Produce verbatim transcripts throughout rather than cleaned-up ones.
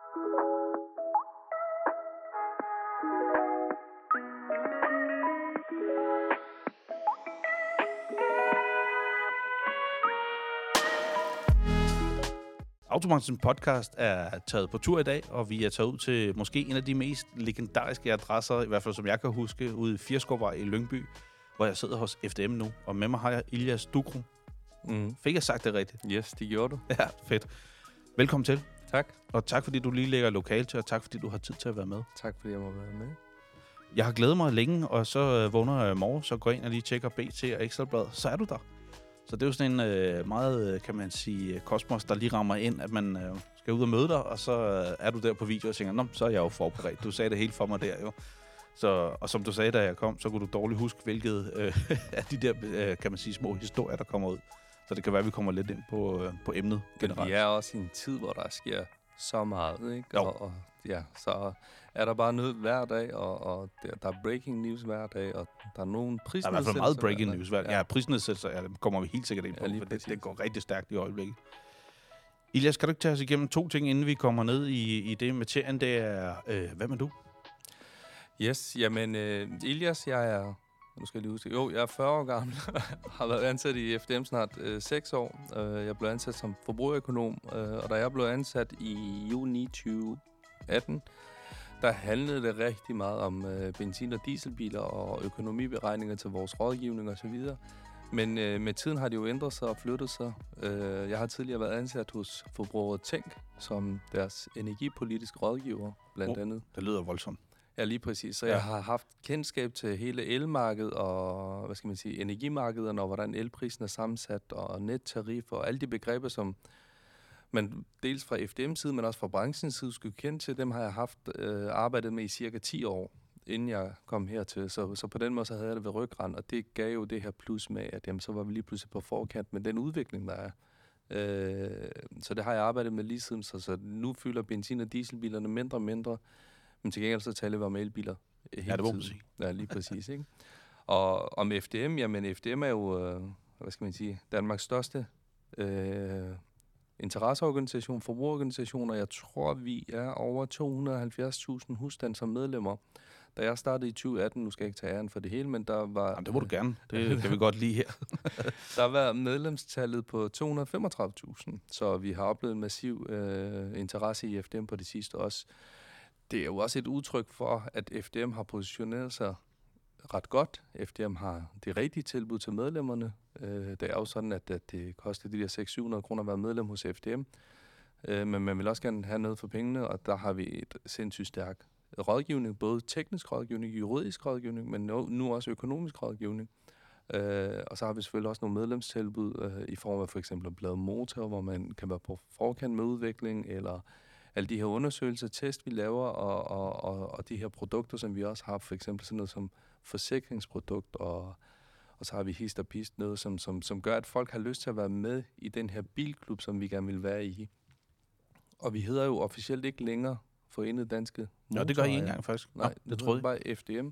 Autobranchen podcast er taget på tur i dag, og vi er taget ud til måske en af de mest legendariske adresser, i hvert fald som jeg kan huske, ude i Firskovvej i Lyngby, hvor jeg sidder hos F D M nu. Og med mig har jeg Ilias Dukro. Mm. Fik jeg sagt det rigtigt? Yes, det gjorde du. Ja, fedt. Velkommen til. Tak. Og tak fordi du lige lægger lokal til, og tak fordi du har tid til at være med. Tak fordi jeg må være med. Jeg har glædet mig længe, og så øh, vågner jeg i morgen, så går jeg ind og lige tjekker B T og Ekstrabladet. Så er du der. Så det er jo sådan en øh, meget, kan man sige, kosmos, der lige rammer ind, at man øh, skal ud og møde dig, og så øh, er du der på video og tænker, nå, så er jeg jo forberedt. Du sagde det helt for mig der jo. Så, og som du sagde, da jeg kom, så kunne du dårligt huske, hvilket øh, af de der, øh, kan man sige, små historier, der kommer ud. Så det kan være, at vi kommer lidt ind på, øh, på emnet generelt. Men vi er også i en tid, hvor der sker så meget, ikke? Jo. Og, og ja, så er der bare noget hver dag, og, og der, der er breaking news hver dag, og der er nogle prisnedsættelser. Der er i hvert fald meget breaking news hver dag. Ja, Ja, prisnedsættelser, ja, det kommer vi helt sikkert ind på, Ja, lige for det, præcis. det går rigtig stærkt i øjeblikket. Ilias, kan du ikke tage os igennem to ting, inden vi kommer ned i, i det materien? Det er, øh, hvem er du? Yes, jamen, øh, Ilias, jeg er, nu skal jeg lige huske, jo, jeg er fyrre år gammel, har været ansat i F D M snart øh, seks år. Øh, jeg blev ansat som forbrugerøkonom, øh, og da jeg blev ansat i juni tyve atten, der handlede det rigtig meget om øh, benzin- og dieselbiler og økonomiberegninger til vores rådgivning osv. Men øh, med tiden har det jo ændret sig og flyttet sig. Øh, jeg har tidligere været ansat hos Forbruger Tænk som deres energipolitiske rådgiver, blandt Oh, andet. Det lyder voldsomt. Ja, lige præcis. Så Ja. ja. jeg har haft kendskab til hele elmarkedet og, hvad skal man sige, energimarkederne og hvordan elprisen er sammensat og nettariffer og alle de begreber, som man dels fra F D M's side, men også fra branchens side skulle kende til, dem har jeg haft øh, arbejdet med i cirka ti år, inden jeg kom hertil. Så, så på den måde så havde jeg det ved ryggrad, og det gav jo det her plus med, at jamen, så var vi lige pludselig på forkant med den udvikling, der er. Øh, så det har jeg arbejdet med lige siden, så, så nu fylder benzin- og dieselbilerne mindre og mindre, men til gengæld så taler vi om elbiler hele Ja, det må man tiden. sige. Ja, lige præcis, ikke? Og om F D M, jamen F D M er jo, øh, hvad skal man sige, Danmarks største øh, interesseorganisation, forbrugerorganisation, og jeg tror, vi er over to hundrede og halvfjerds tusind husstande som medlemmer. Da jeg startede i tyve atten, nu skal jeg ikke tage æren for det hele, men der var... Jamen, det må du gerne. Det kan vi godt lide her. Der var medlemstallet på to hundrede og femogtredive tusind, så vi har oplevet en massiv øh, interesse i F D M på det sidste også. Det er jo også et udtryk for, at F D M har positioneret sig ret godt. F D M har det rigtige tilbud til medlemmerne. Øh, det er jo sådan, at, at det koster de der seks til syv hundrede kroner at være medlem hos F D M. Øh, men man vil også gerne have noget for pengene, og der har vi et sindssygt stærk rådgivning. Både teknisk rådgivning, juridisk rådgivning, men nu, nu også økonomisk rådgivning. Øh, og så har vi selvfølgelig også nogle medlemstilbud øh, i form af for eksempel Blad Motor, hvor man kan være på forkant med udvikling, eller alle de her undersøgelser, test, vi laver, og, og, og, og de her produkter, som vi også har, for eksempel sådan noget som forsikringsprodukt, og, og så har vi hist og pist, noget, som, som, som gør, at folk har lyst til at være med i den her bilklub, som vi gerne vil være i. Og vi hedder jo officielt ikke længere Forenede Danske Nå, det gør I ikke engang faktisk. Nej, Nå, det, det det troede jeg. bare F D M.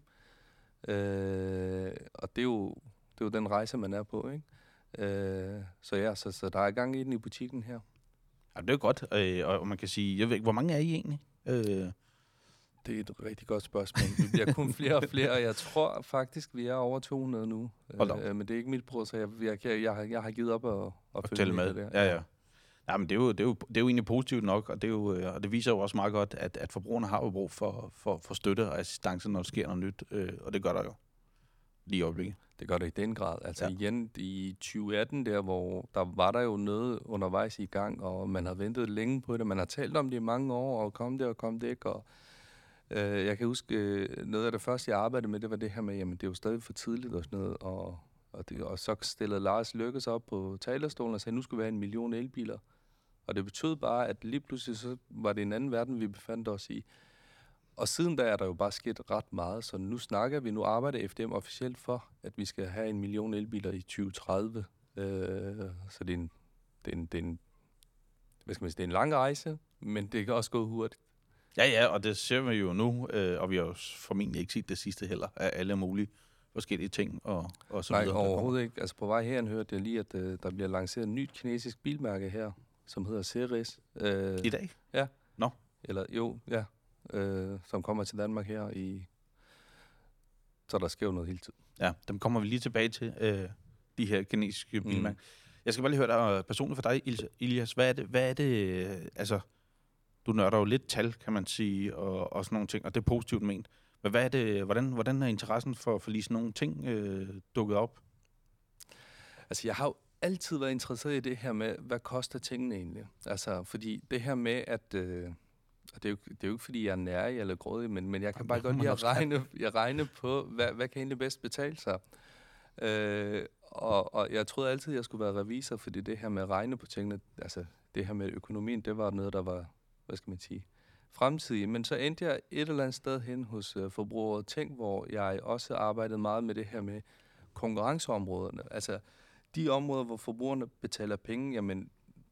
Øh, og det er, jo, det er jo den rejse, man er på, ikke? Øh, så ja, så, så der er gang i den i butikken her. Ja, det er jo godt, øh, og man kan sige, jeg ved ikke, hvor mange er I egentlig? Øh, Det er et rigtig godt spørgsmål. Vi bliver kun flere og flere, og jeg tror faktisk, vi er over to hundrede nu. Øh, men det er ikke mit bror, så jeg, jeg, jeg, jeg, har, jeg har givet op at, at og følge tælle med. med. Det der. Ja, ja. Ja, men det er, jo, det, er jo, det er jo egentlig positivt nok, og det, er jo, øh, og det viser jo også meget godt, at, at forbrugerne har jo brug for, for, for støtte og assistance, når der sker noget nyt, øh, og det gør der jo lige i øjeblikket. Det gør det i den grad. Altså Ja. igen i tyve atten, der, hvor der var der jo noget undervejs i gang, og man har ventet længe på det. Man har talt om det i mange år, og kom det og kom det ikke. Og, øh, jeg kan huske, øh, noget af det første, jeg arbejdede med, det var det her med, jamen det er jo stadig for tidligt og sådan noget. Og, og, det, og så stillede Lars Løkke sig op på talerstolen og sagde, nu skal vi have en million elbiler. Og det betød bare, at lige pludselig så var det en anden verden, vi befandt os i. Og siden da er der jo bare sket ret meget, så nu snakker vi, nu arbejder F D M officielt for, at vi skal have en million elbiler i tyve tredive. Øh, så det er, en, det, er en, det, er en, hvad skal man sige, det er en lang rejse, men det kan også gå hurtigt. Ja, ja, og det ser vi jo nu, øh, og vi har jo formentlig ikke set det sidste heller, af alle mulige forskellige ting og, og så Nej, videre. overhovedet ikke. Altså på vej herhen hørte jeg lige, at øh, der bliver lanceret et nyt kinesisk bilmærke her, som hedder Ceres. Øh, I dag? Ja. Nå. Eller jo, ja. Øh, som kommer til Danmark her i... Så der sker jo noget hele tiden. Ja, dem kommer vi lige tilbage til, øh, de her kinesiske bilmærker. Mm. Jeg skal bare lige høre dig personligt for dig, Ilias. Hvad er det, hvad er det øh, altså, du nørder jo lidt tal, kan man sige, og, og sådan nogle ting, og det er positivt ment. Men hvad er det, hvordan, hvordan er interessen for, for lige sådan nogle ting øh, dukket op? Altså, jeg har jo altid været interesseret i det her med, hvad koster tingene egentlig? Altså, fordi det her med, at... Øh, og det er, jo, det er jo ikke, fordi jeg er nærig eller grådig, men, men jeg kan bare godt lide at regne, jeg regne på, hvad, hvad kan egentlig bedst betale sig? Øh, og, og jeg troede altid, jeg skulle være revisor, fordi det her med at regne på tingene, altså det her med økonomien, det var noget, der var, hvad skal man sige, fremtidigt. Men så endte jeg et eller andet sted hen hos uh, Forbrugerrådet Tænk, hvor jeg også arbejdede meget med det her med konkurrenceområderne. Altså de områder, hvor forbrugerne betaler penge, jamen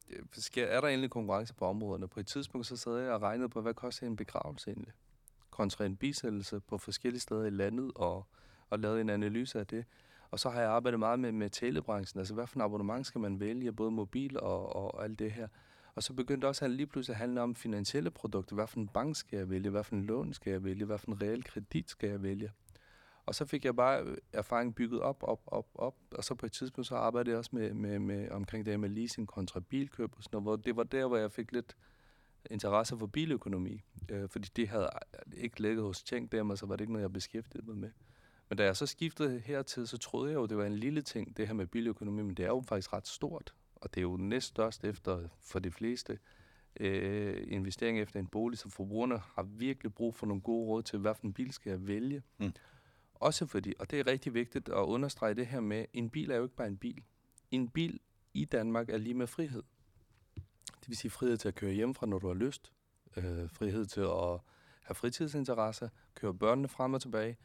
er der egentlig konkurrence på områderne? På et tidspunkt så sad jeg og regnede på, hvad koster en begravelse egentlig? Kontra en bisættelse på forskellige steder i landet, og, og lavede en analyse af det. Og så har jeg arbejdet meget med, med telebranchen, altså hvad for en abonnement skal man vælge, både mobil og, og, og alt det her. Og så begyndte også lige pludselig at handle om finansielle produkter. Hvad for en bank skal jeg vælge? Hvad for en lån skal jeg vælge? Hvad for en reel kredit skal jeg vælge? Og så fik jeg bare erfaring bygget op, op, op, op. Og så på et tidspunkt, så arbejdede jeg også med, med, med omkring det med leasing kontra bilkøb og sådan noget, hvor det var der, hvor jeg fik lidt interesse for biløkonomi. Øh, fordi det havde ikke ligget hos Tænk der, så var det ikke noget, jeg beskæftigede mig med. Men da jeg så skiftede hertil, så troede jeg jo, det var en lille ting, det her med biløkonomi, men det er jo faktisk ret stort. Og det er jo næststørst efter, for de fleste, øh, investering efter en bolig, så forbrugerne har virkelig brug for nogle gode råd til, hvilken bil skal jeg vælge. Mm. Også fordi, og det er rigtig vigtigt at understrege det her med, en bil er jo ikke bare en bil. En bil i Danmark er lige med frihed. Det vil sige frihed til at køre hjemmefra, når du har lyst. Øh, frihed til at have fritidsinteresser, køre børnene frem og tilbage.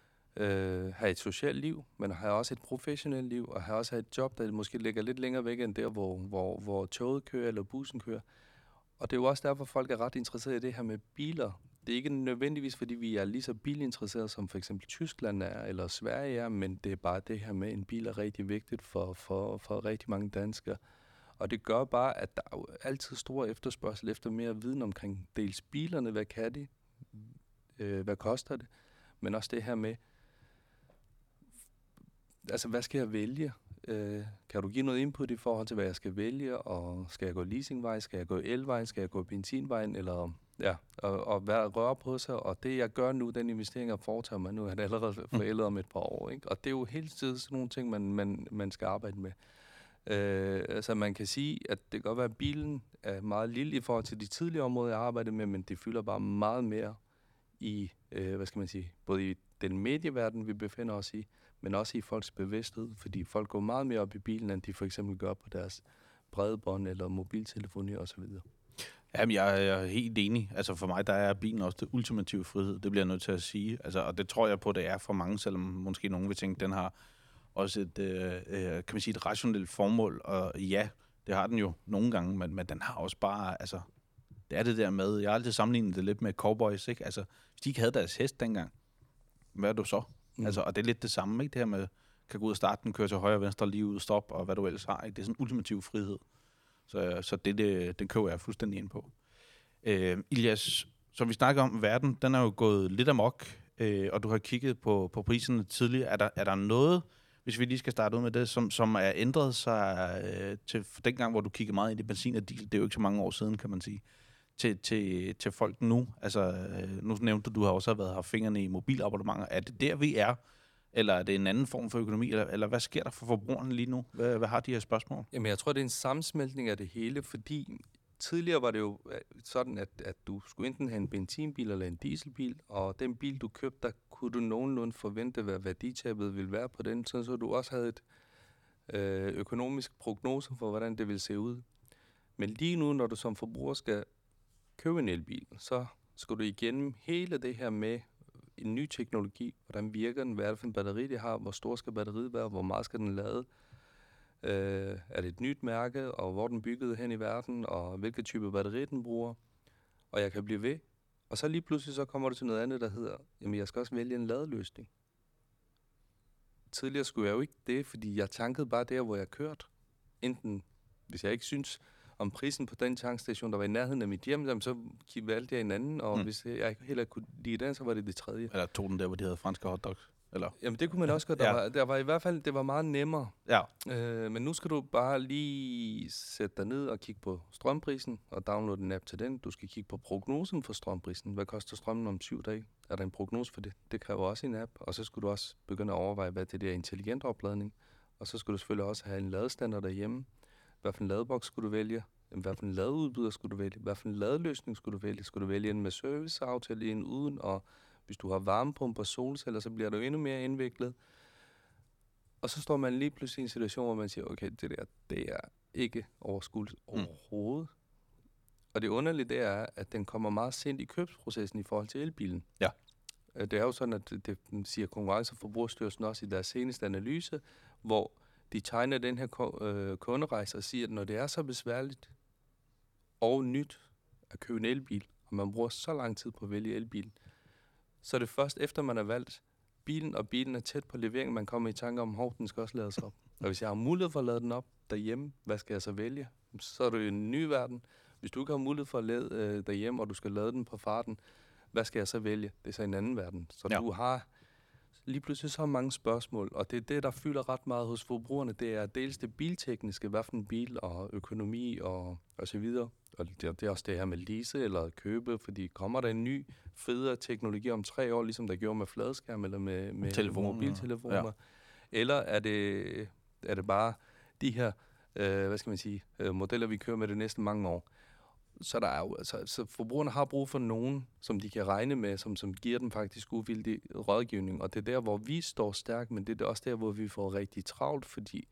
Øh, have et socialt liv, men have også et professionelt liv, og have også et job, der måske ligger lidt længere væk end der, hvor, hvor, hvor toget kører eller bussen kører. Og det er jo også derfor, folk er ret interesserede i det her med biler. Det er ikke nødvendigvis, fordi vi er lige så bilinteresserede, som for eksempel Tyskland er, eller Sverige er, men det er bare det her med, at en bil er rigtig vigtigt for, for, for rigtig mange danskere. Og det gør bare, at der er jo altid stor efterspørgsel efter mere viden omkring dels bilerne, hvad kan de, øh, hvad koster det, men også det her med, altså hvad skal jeg vælge? Øh, kan du give noget input i forhold til, hvad jeg skal vælge, og skal jeg gå leasingvej, skal jeg gå elvej, skal jeg gå benzinvejen, eller ja, og, og være røre på sig, og det jeg gør nu, den investering jeg foretager mig nu, er det allerede forældet om et par år, ikke? Og det er jo hele tiden sådan nogle ting, man, man, man skal arbejde med. Øh, altså man kan sige, at det kan godt være, at bilen er meget lille i forhold til de tidligere områder, jeg arbejder med, men det fylder bare meget mere i, øh, hvad skal man sige, både i den medieverden, vi befinder os i, men også i folks bevidsthed, fordi folk går meget mere op i bilen, end de for eksempel gør på deres bredbånd eller mobiltelefoni osv. Jamen, jeg er helt enig. Altså for mig, der er bilen også det ultimative frihed. Det bliver jeg nødt til at sige. Altså, og det tror jeg på, det er for mange, selvom måske nogen vil tænke, den har også et, øh, kan man sige, et rationelt formål. Og ja, det har den jo nogle gange, men, men den har også bare, altså, det er det der med, jeg har altid sammenlignet det lidt med cowboys, ikke? Altså, hvis de ikke havde deres hest dengang, hvad er du så? Mm. Altså, og det er lidt det samme, ikke? Det her med, kan gå ud og starte den, køre til højre og venstre, lige ud, stop, og hvad du ellers har, ikke? Det er sådan en ultimativ frihed. Så, så det, det, det køber jeg fuldstændig ind på. Øh, Ilias, som vi snakker om, verden, den er jo gået lidt amok, øh, og du har kigget på, på priserne tidligere. Er der, er der noget, hvis vi lige skal starte ud med det, som, som er ændret sig øh, til dengang, hvor du kiggede meget ind i benzin og diesel? Det er jo ikke så mange år siden, kan man sige. Til, til, til folk nu? Altså, øh, nu nævnte du, du har også været haft fingrene i mobilabonnementer. Er det der, vi er? Eller er det en anden form for økonomi? Eller, eller hvad sker der for forbrugerne lige nu? Hvad, hvad har de her spørgsmål? Jamen, jeg tror, det er en sammensmeltning af det hele, fordi tidligere var det jo sådan, at, at du skulle enten have en benzinbil eller en dieselbil, og den bil, du købte, der kunne du nogenlunde forvente, hvad værditabet ville være på den, så du også havde et øh, økonomisk prognose for, hvordan det ville se ud. Men lige nu, når du som forbruger skal købe en elbil, så skal du igennem hele det her med en ny teknologi, hvordan virker den, hvad er det for en batteri, det har, hvor stor skal batteriet være, hvor meget skal den lade, øh, er det et nyt mærke, og hvor den byggede hen i verden, og hvilke type batteri den bruger, og jeg kan blive ved. Og så lige pludselig så kommer du til noget andet, der hedder, jamen jeg skal også vælge en ladeløsning. Tidligere skulle jeg jo ikke det, fordi jeg tankede bare der, hvor jeg kørte. Enten, hvis jeg ikke synes, om prisen på den tankstation, der var i nærheden af mit hjem, jamen, så valgte jeg en anden, og mm. hvis jeg heller kunne lide den, så var det det tredje. Eller tog den der, hvor de havde franske hotdogs? Eller? Jamen, det kunne man også godt. Der, ja. var, der var i hvert fald, det var meget nemmere. Ja. Øh, men nu skal du bare lige sætte dig ned og kigge på strømprisen, og downloade en app til den. Du skal kigge på prognosen for strømprisen. Hvad koster strømmen om syv dage? Er der en prognose for det? Det kræver også en app. Og så skulle du også begynde at overveje, hvad det der intelligent opladning. Og så skulle du selvfølgelig også have en ladestander derhjemme. Hvad for en ladeboks skulle du vælge? Hvad for en ladeudbyder skulle du vælge? Hvad for en ladeløsning skulle du vælge? Skulle du vælge en med serviceaftale, en uden? Og hvis du har varmepumper og solceller, så bliver du endnu mere indviklet. Og så står man lige pludselig i en situation, hvor man siger, okay, det der, det er ikke overskueligt overhovedet. Mm. Og det underlige, det er, at den kommer meget sent i købsprocessen i forhold til elbilen. Ja. Det er jo sådan, at det siger Konkurrence- og Forbrugerstyrelsen også i deres seneste analyse, hvor de tegner den her kunderejse og siger, at når det er så besværligt og nyt at købe en elbil, og man bruger så lang tid på at vælge elbil, så er det først efter, man har valgt bilen, og bilen er tæt på leveringen, man kommer i tanke om, at den skal også lades op. Og hvis jeg har mulighed for at lade den op derhjemme, hvad skal jeg så vælge? Så er det jo en ny verden. Hvis du ikke har mulighed for at lade øh, derhjemme, og du skal lade den på farten, hvad skal jeg så vælge? Det er så en anden verden. Så ja. Du har lige pludselig så mange spørgsmål, og det er det, der fylder ret meget hos forbrugerne. Det er dels det biltekniske, hvad for en bil og økonomi og, og så videre. Og det, det er også det her med lease eller købe, fordi kommer der en ny, federe teknologi om tre år, ligesom der gjorde med fladskærm eller med, med telefoner, mobiltelefoner, ja. Eller er det, er det bare de her, øh, hvad skal man sige, øh, modeller, vi kører med det næste mange år. Så der er jo, altså, så forbrugerne har brug for nogen, som de kan regne med, som, som giver dem faktisk uvildig rådgivning. Og det er der, hvor vi står stærkt, men det er også der, hvor vi får rigtig travlt, fordi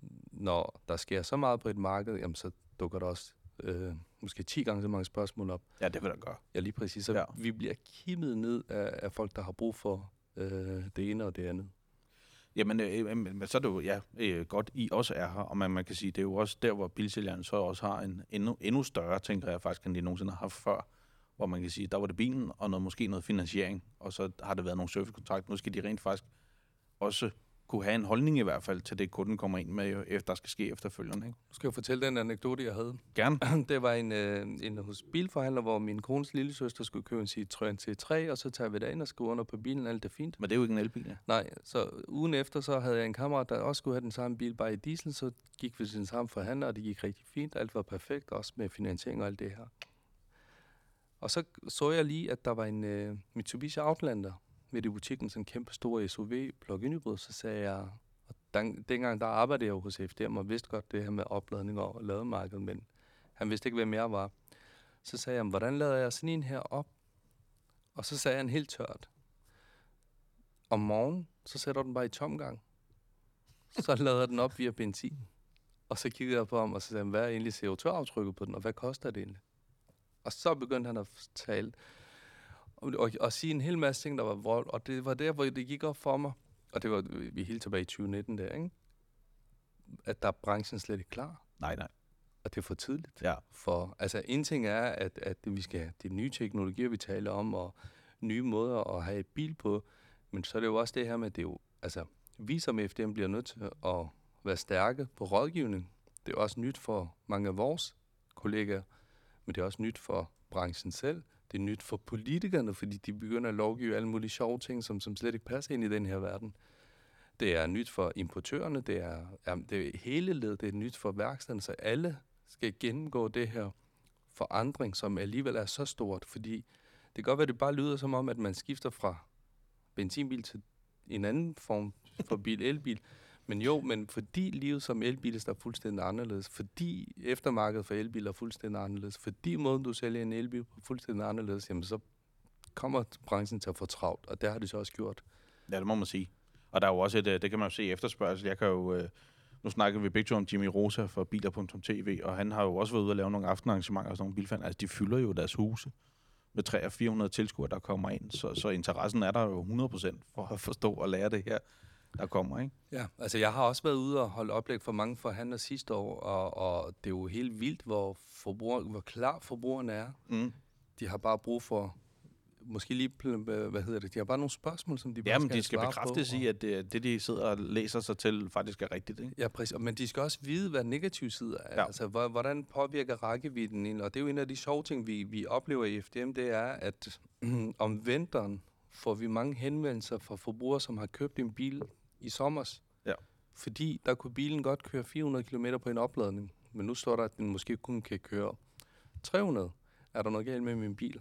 når der sker så meget på et marked, jamen, så dukker der også øh, måske ti gange så mange spørgsmål op. Ja, det vil der gøre. Ja, lige præcis. Så ja. Vi bliver kimmet ned af, af folk, der har brug for øh, det ene og det andet. Jamen, øh, men så er det jo ja, øh, godt, I også er her, og man, man kan sige, det er jo også der, hvor bilsælgerne så også har en endnu, endnu større, tænker jeg faktisk, end de nogensinde har haft før, hvor man kan sige, der var det bilen, og noget, måske noget finansiering, og så har det været nogle servicekontrakt. Nu skal de rent faktisk også kunne have en holdning i hvert fald til det, kunden kommer ind med, efter der skal ske efterfølgende. Ikke? Nu skal jeg fortælle den anekdote, jeg havde. Gerne. Det var en, øh, en hos bilforhandler, hvor min kones lillesøster skulle købe en Citroën C tre, og så tager vi derind og skriver under på bilen, alt er fint. Men det er jo ikke en elbil, ja. Nej, så ugen efter, så havde jeg en kammerat, der også skulle have den samme bil, bare i diesel, så gik vi til den samme forhandler, og det gik rigtig fint, alt var perfekt, også med finansiering og alt det her. Og så så jeg lige, at der var en øh, Mitsubishi Outlander midt i butikken, sådan en kæmpe stor S U V plug-in hybrid, så sagde jeg, og den, dengang der arbejdede jeg jo hos F D M, og vidste godt det her med opladning og lademarked, men han vidste ikke, hvem jeg var. Så sagde jeg, hvordan lader jeg sådan en her op? Og så sagde han helt tørt, om morgenen, så sætter den bare i tomgang. Så lader den op via benzin. Og så kiggede jeg på ham, og så sagde han, hvad er egentlig C O to aftrykket på den, og hvad koster det egentlig? Og så begyndte han at tale, og, og, og sige en hel masse ting, der var vold, og det var der, hvor det gik op for mig, og det var vi helt tilbage i tyve nitten der, ikke? At der er branchen slet ikke klar. Nej, nej. Og det er for tidligt. Ja. For, altså, en ting er, at, at vi skal have de nye teknologier, vi taler om, og nye måder at have et bil på, men så er det jo også det her med, det er jo, altså, vi som F D M bliver nødt til at være stærke på rådgivning. Det er også nyt for mange af vores kollegaer, men det er også nyt for branchen selv. Det er nyt for politikerne, fordi de begynder at lovgive alle mulige sjove ting, som, som slet ikke passer ind i den her verden. Det er nyt for importørerne, det er, er, det er hele led, det er nyt for værkstederne, så alle skal gennemgå det her forandring, som alligevel er så stort, fordi det kan godt være, at det bare lyder som om, at man skifter fra benzinbil til en anden form for bil, elbil. Men jo, men fordi livet som elbil er fuldstændig anderledes, fordi eftermarkedet for elbiler er fuldstændig anderledes, fordi måden, du sælger en elbil er fuldstændig anderledes, jamen så kommer branchen til at få travlt, og det har det så også gjort. Ja, det må man sige. Og der er jo også et, det kan man jo se efterspørgsel. Jeg kan jo, nu snakker vi begge to om Jimmy Rosa for biler punktum t v, og han har jo også været ude og lave nogle aftenarrangementer og sådan nogle bilfans. Altså, de fylder jo deres huse med tre hundrede til fire hundrede tilskuere, der kommer ind. Så, så interessen er der jo hundrede procent for at forstå og lære det her, der kommer, ikke? Ja, altså jeg har også været ude og holde oplæg for mange forhandlere sidste år, og, og det er jo helt vildt, hvor, forbruger, hvor klar forbrugerne er. Mm. De har bare brug for måske lige, hvad hedder det, de har bare nogle spørgsmål, som de bare Ja, men skal de skal svare bekræftes på, i, at det, det, de sidder og læser sig til, faktisk er rigtigt, ikke? Ja, præcis. Men de skal også vide, hvad negativ side er. Ja. Altså, hvordan påvirker rækkevidden egentlig? Og det er jo en af de sjove ting, vi, vi oplever i F D M, det er, at om vinteren får vi mange henvendelser fra forbrugere, som har købt en bil i sommers. Ja. Fordi der kunne bilen godt køre fire hundrede kilometer på en opladning. Men nu står der, at den måske kun kan køre tre hundrede. Er der noget galt med min bil?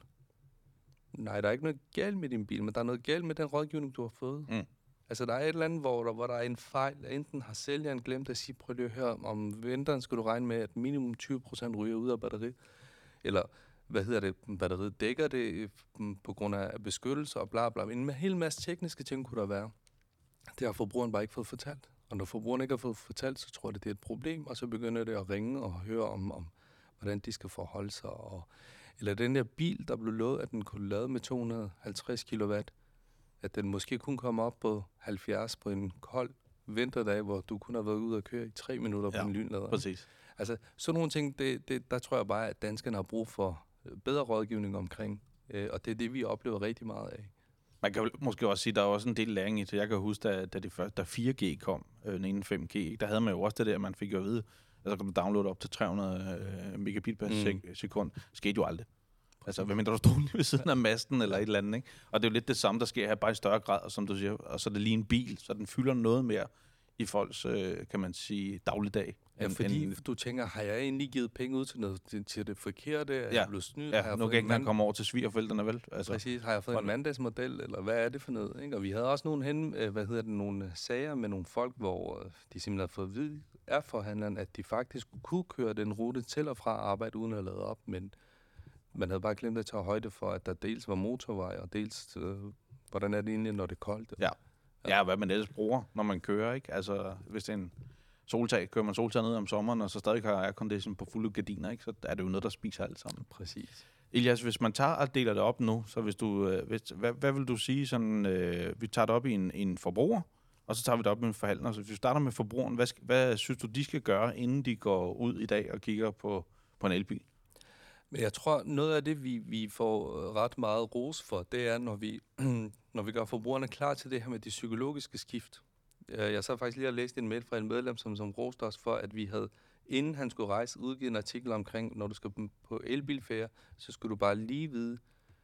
Nej, der er ikke noget galt med din bil, men der er noget galt med den rådgivning, du har fået. Mm. Altså, der er et eller andet, hvor der, hvor der er en fejl. Enten har sælgeren glemt at sige, prøv lige at høre, om vinteren skal du regne med, at minimum tyve procent ryger ud af batteriet. Eller, hvad hedder det, batteriet dækker det på grund af beskyttelse og bla bla. En hel masse tekniske ting kunne der være. Det har forbrugeren bare ikke fået fortalt. Og når forbrugeren ikke har fået fortalt, så tror jeg, det er et problem. Og så begynder det at ringe og høre om, om hvordan de skal forholde sig. Og, eller den der bil, der blev lovet, at den kunne lade med to hundrede og halvtreds kilowatt. At den måske kunne komme op på halvfjerds på en kold vinterdag, hvor du kun har været ude og køre i tre minutter Ja, på en lynlader. Præcis. Altså, sådan nogle ting, det, det, der tror jeg bare, at danskerne har brug for bedre rådgivning omkring. Øh, og det er det, vi oplever rigtig meget af. Man kan måske også sige, at der er også en del læring i det. Jeg kan huske, da, da, de første, da fire G kom, øh, inden fem G, der havde man jo også det der, man fik jo at vide, at så kunne du downloade op til tre hundrede øh, megabit per mm. sekund. Det skete jo aldrig. Altså, hvad mindre du stod lige ved siden af masten eller et eller andet, ikke? Og det er jo lidt det samme, der sker her, bare i større grad, og som du siger, og så er det lige en bil, så den fylder noget mere i folks, øh, kan man sige, dagligdag. Ja, fordi end, du tænker, har jeg egentlig givet penge ud til noget til, til det forkerte? Er ja, jeg blevet snydt? Ja, har jeg nu kan jeg ikke engang komme over til svigerforældrene, vel? Altså, præcis, har jeg fået en mandagsmodel, eller hvad er det for noget? Ikke? Og vi havde også nogle, hen, hvad hedder det, nogle sager med nogle folk, hvor de simpelthen har fået at vide af forhandleren, at de faktisk kunne køre den rute til og fra arbejde, uden at lade op, men man havde bare glemt at tage højde for, at der dels var motorvej, og dels, øh, hvordan er det egentlig, når det er koldt? Ja. Ja, hvad man ellers bruger, når man kører, ikke? Altså, hvis det er en soltag, kører man soltag ned om sommeren, og så stadig har aircondition på fulde gardiner, ikke? Så er det jo noget, der spiser alt sammen. Præcis. Elias, hvis man tager og deler det op nu, så hvis du, øh, hvis, hvad, hvad vil du sige, sådan, øh, vi tager det op i en, en forbruger, og så tager vi det op i en forhandler. Så hvis vi starter med forbrugeren, hvad, hvad synes du, de skal gøre, inden de går ud i dag og kigger på, på en elbil? Men jeg tror, noget af det, vi, vi får ret meget ros for, det er, når vi, når vi gør forbrugerne klar til det her med de psykologiske skift. Jeg så faktisk lige har læst en mail fra en medlem, som, som roste os for, at vi havde, inden han skulle rejse, udgivet en artikel omkring, når du skal på elbilferie, så skulle du bare lige vide,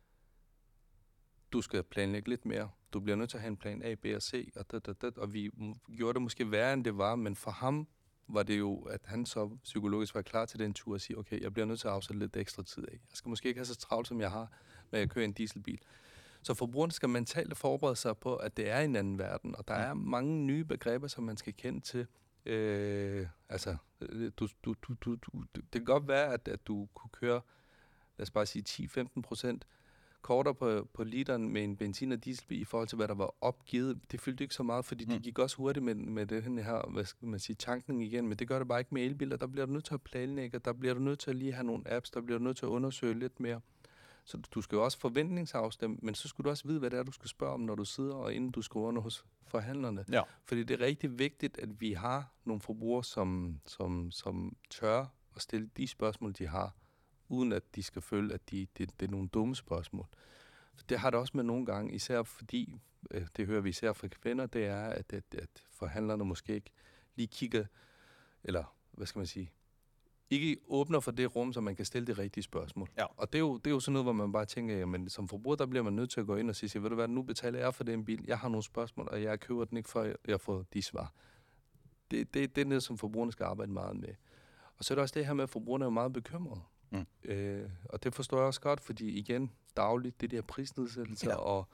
du skal planlægge lidt mere. Du bliver nødt til at have en plan A, B og C, og, det, det, det. Og vi gjorde det måske værre, end det var, men for ham var det jo, at han så psykologisk var klar til den tur og sige, okay, jeg bliver nødt til at afsætte lidt ekstra tid af. Jeg skal måske ikke have så travlt, som jeg har, når jeg kører en dieselbil. Så forbrugerne skal mentalt forberede sig på, at det er en anden verden, og der er mange nye begreber, som man skal kende til. Øh, altså, du, du, du, du, du, det kan godt være, at, at du kunne køre, lad os bare sige ti til femten procent kortere på, på literen med en benzin- og dieselbil i forhold til, hvad der var opgivet. Det fyldte ikke så meget, fordi mm. det gik også hurtigt med, med det her, hvad skal man sige, tankning igen, men det gør det bare ikke med elbiler. Der bliver du nødt til at planlægge, der bliver du nødt til at lige have nogle apps, der bliver du nødt til at undersøge lidt mere. Så du skal jo også forventningsafstemme, men så skal du også vide, hvad det er, du skal spørge om, når du sidder, og inden du skriver under hos forhandlerne. Ja. Fordi det er rigtig vigtigt, at vi har nogle forbrugere, som, som, som tør at stille de spørgsmål, de har, uden at de skal føle, at de, det, det er nogle dumme spørgsmål. Det har det også med nogle gange, især fordi, øh, det hører vi især fra kvinder, det er, at, at, at forhandlerne måske ikke lige kigger, eller hvad skal man sige, ikke åbner for det rum, så man kan stille de rigtige spørgsmål. Ja. Og det er, jo, det er jo sådan noget, hvor man bare tænker, jamen som forbruger, der bliver man nødt til at gå ind og sige, ved du hvad, nu betaler jeg for den bil, jeg har nogle spørgsmål, og jeg køber den ikke, før jeg får de svar. Det, det, det er noget, som forbrugerne skal arbejde meget med. Og så er der også det her med, at forbrugerne er meget bekymrede. Mm. Øh, og det forstår jeg også godt, fordi igen, dagligt, det der prisnedsættelser ja. og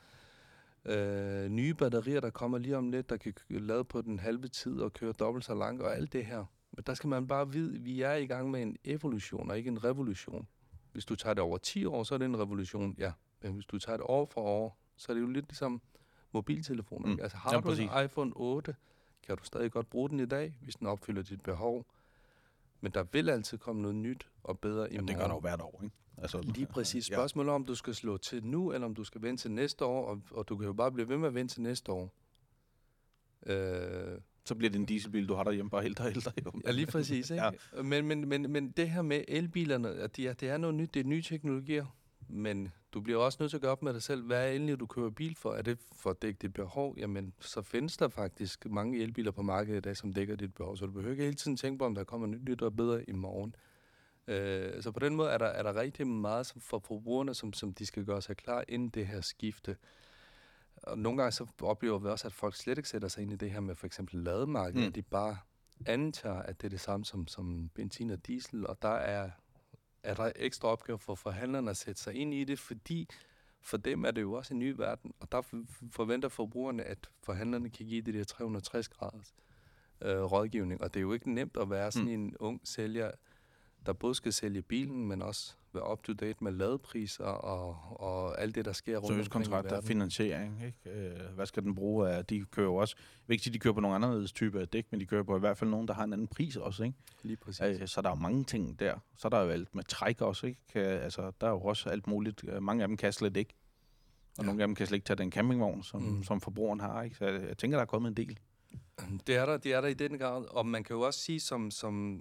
øh, nye batterier, der kommer lige om lidt, der kan lade på den halve tid og køre dobbelt så langt, og alt det her. Men der skal man bare vide, at vi er i gang med en evolution, og ikke en revolution. Hvis du tager det over ti år, så er det en revolution, ja. Men hvis du tager det år for år, så er det jo lidt ligesom mobiltelefoner. Mm. Altså har ja, du præcis. en iPhone otte, kan du stadig godt bruge den i dag, hvis den opfylder dit behov. Men der vil altid komme noget nyt og bedre i ja, morgen. Det gør der jo hvert år, ikke? Altså, lige præcis. Spørgsmålet om du skal slå til nu, eller om du skal vente til næste år, og, og du kan jo bare blive ved med at vente til næste år. Øh, så bliver det en dieselbil, du har derhjemme bare helt og helt. Ja, lige præcis. Ikke? Ja. Men, men, men, men det her med elbilerne, at de er, det er noget nyt, det er nye teknologier, men du bliver også nødt til at gøre op med dig selv, hvad er egentlig, du køber bil for? Er det for at dække dit behov? Jamen, så findes der faktisk mange elbiler på markedet i dag, som dækker dit behov, så du behøver ikke hele tiden tænke på, om der kommer nyt, nyt og bedre i morgen. Øh, så på den måde er der, er der rigtig meget som for forbrugerne, som, som de skal gøre sig klar inden det her skifte. Og nogle gange så oplever vi også, at folk slet ikke sætter sig ind i det her med for eksempel lademarkedet, mm. de bare antager, at det er det samme som, som benzin og diesel, og der er, er der ekstra opgave for forhandlerne at sætte sig ind i det, fordi for dem er det jo også en ny verden, og der forventer forbrugerne, at forhandlerne kan give det der tre hundrede og tres graders øh, rådgivning, og det er jo ikke nemt at være sådan mm. en ung sælger, der både skal sælge bilen, men også være up-to-date med ladepriser og, og alt det, der sker rundt omkring i verden. Der finansiering, ikke? Hvad skal den bruge af? De kører også, jeg vil ikke sige, de kører på nogle anderledes typer af dæk, men de kører på i hvert fald nogen, der har en anden pris også, ikke? Lige præcis. Så der er jo mange ting der. Så er der jo alt med træk også, ikke? Altså, der er jo også alt muligt. Mange af dem kan slet ikke. Og ja. Nogle af dem kan slet ikke tage den campingvogn, som, mm. som forbrugeren har, ikke? Så jeg, jeg tænker, der er kommet en del. Det er der, det er der i den grad. Og man kan jo også sige, som... som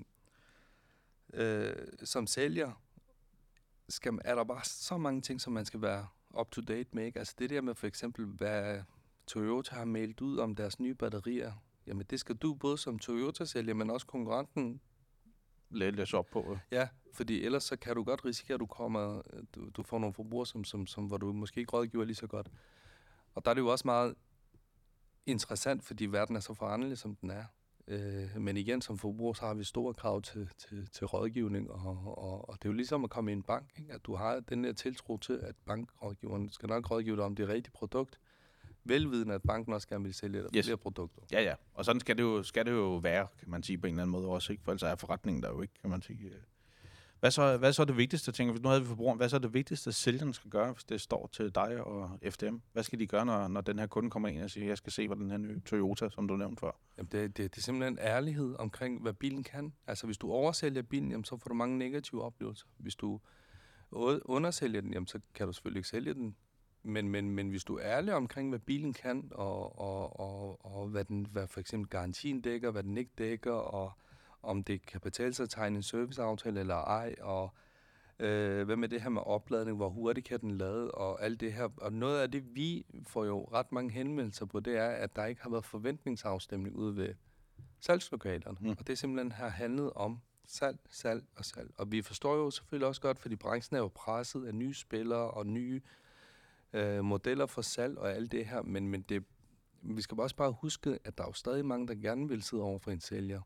Øh, som sælger, skal, er der bare så mange ting, som man skal være up-to-date med. Ikke? Altså det der med for eksempel, hvad Toyota har meldt ud om deres nye batterier, jamen det skal du både som Toyota-sælger, men også konkurrenten læse op på. Ja, fordi ellers så kan du godt risikere, at du kommer, du, du får nogle forbrugere, som, som, som, hvor du måske ikke rådgiver lige så godt. Og der er det jo også meget interessant, fordi verden er så foranderlig, som den er. Øh, men igen, som forbruger, så har vi store krav til, til, til rådgivning, og, og, og det er jo ligesom at komme i en bank, ikke? At du har den der tiltro til, at bankrådgiveren skal nok rådgive dig om det rigtige produkt, velvidende, at banken også gerne vil sælge dig yes. flere produkter. Ja, ja. Og sådan skal det, jo, skal det jo være, kan man sige, på en eller anden måde også, ikke? For ellers er forretningen der jo ikke, kan man sige. Hvad så, hvad så er det vigtigste, tænker vi? Nu havde vi forbrugeren. Hvad så er det vigtigste, sælgeren skal gøre, hvis det står til dig og F D M? Hvad skal de gøre, når, når den her kunde kommer ind og siger, jeg skal se, hvad den her nye Toyota, som du nævnte før? Jamen det, det, det er simpelthen ærlighed omkring, hvad bilen kan. Altså, hvis du oversælger bilen, jamen, så får du mange negative oplevelser. Hvis du undersælger den, jamen, så kan du selvfølgelig ikke sælge den. Men, men, men hvis du er ærlig omkring, hvad bilen kan, og, og, og, og hvad, den, hvad for eksempel garantien dækker, hvad den ikke dækker, og om det kan betale sig at tegne en serviceaftale eller ej, og øh, hvad med det her med opladning, hvor hurtigt kan den lade, og alt det her. Og noget af det, vi får jo ret mange henvendelser på, det er, at der ikke har været forventningsafstemning ude ved salgslokalerne. Mm. Og det er simpelthen her handlet om salg, salg og salg. Og vi forstår jo selvfølgelig også godt, fordi branchen er jo presset af nye spillere og nye øh, modeller for salg og alt det her, men, men det, vi skal også bare huske, at der er jo stadig mange, der gerne vil sidde over for en sælger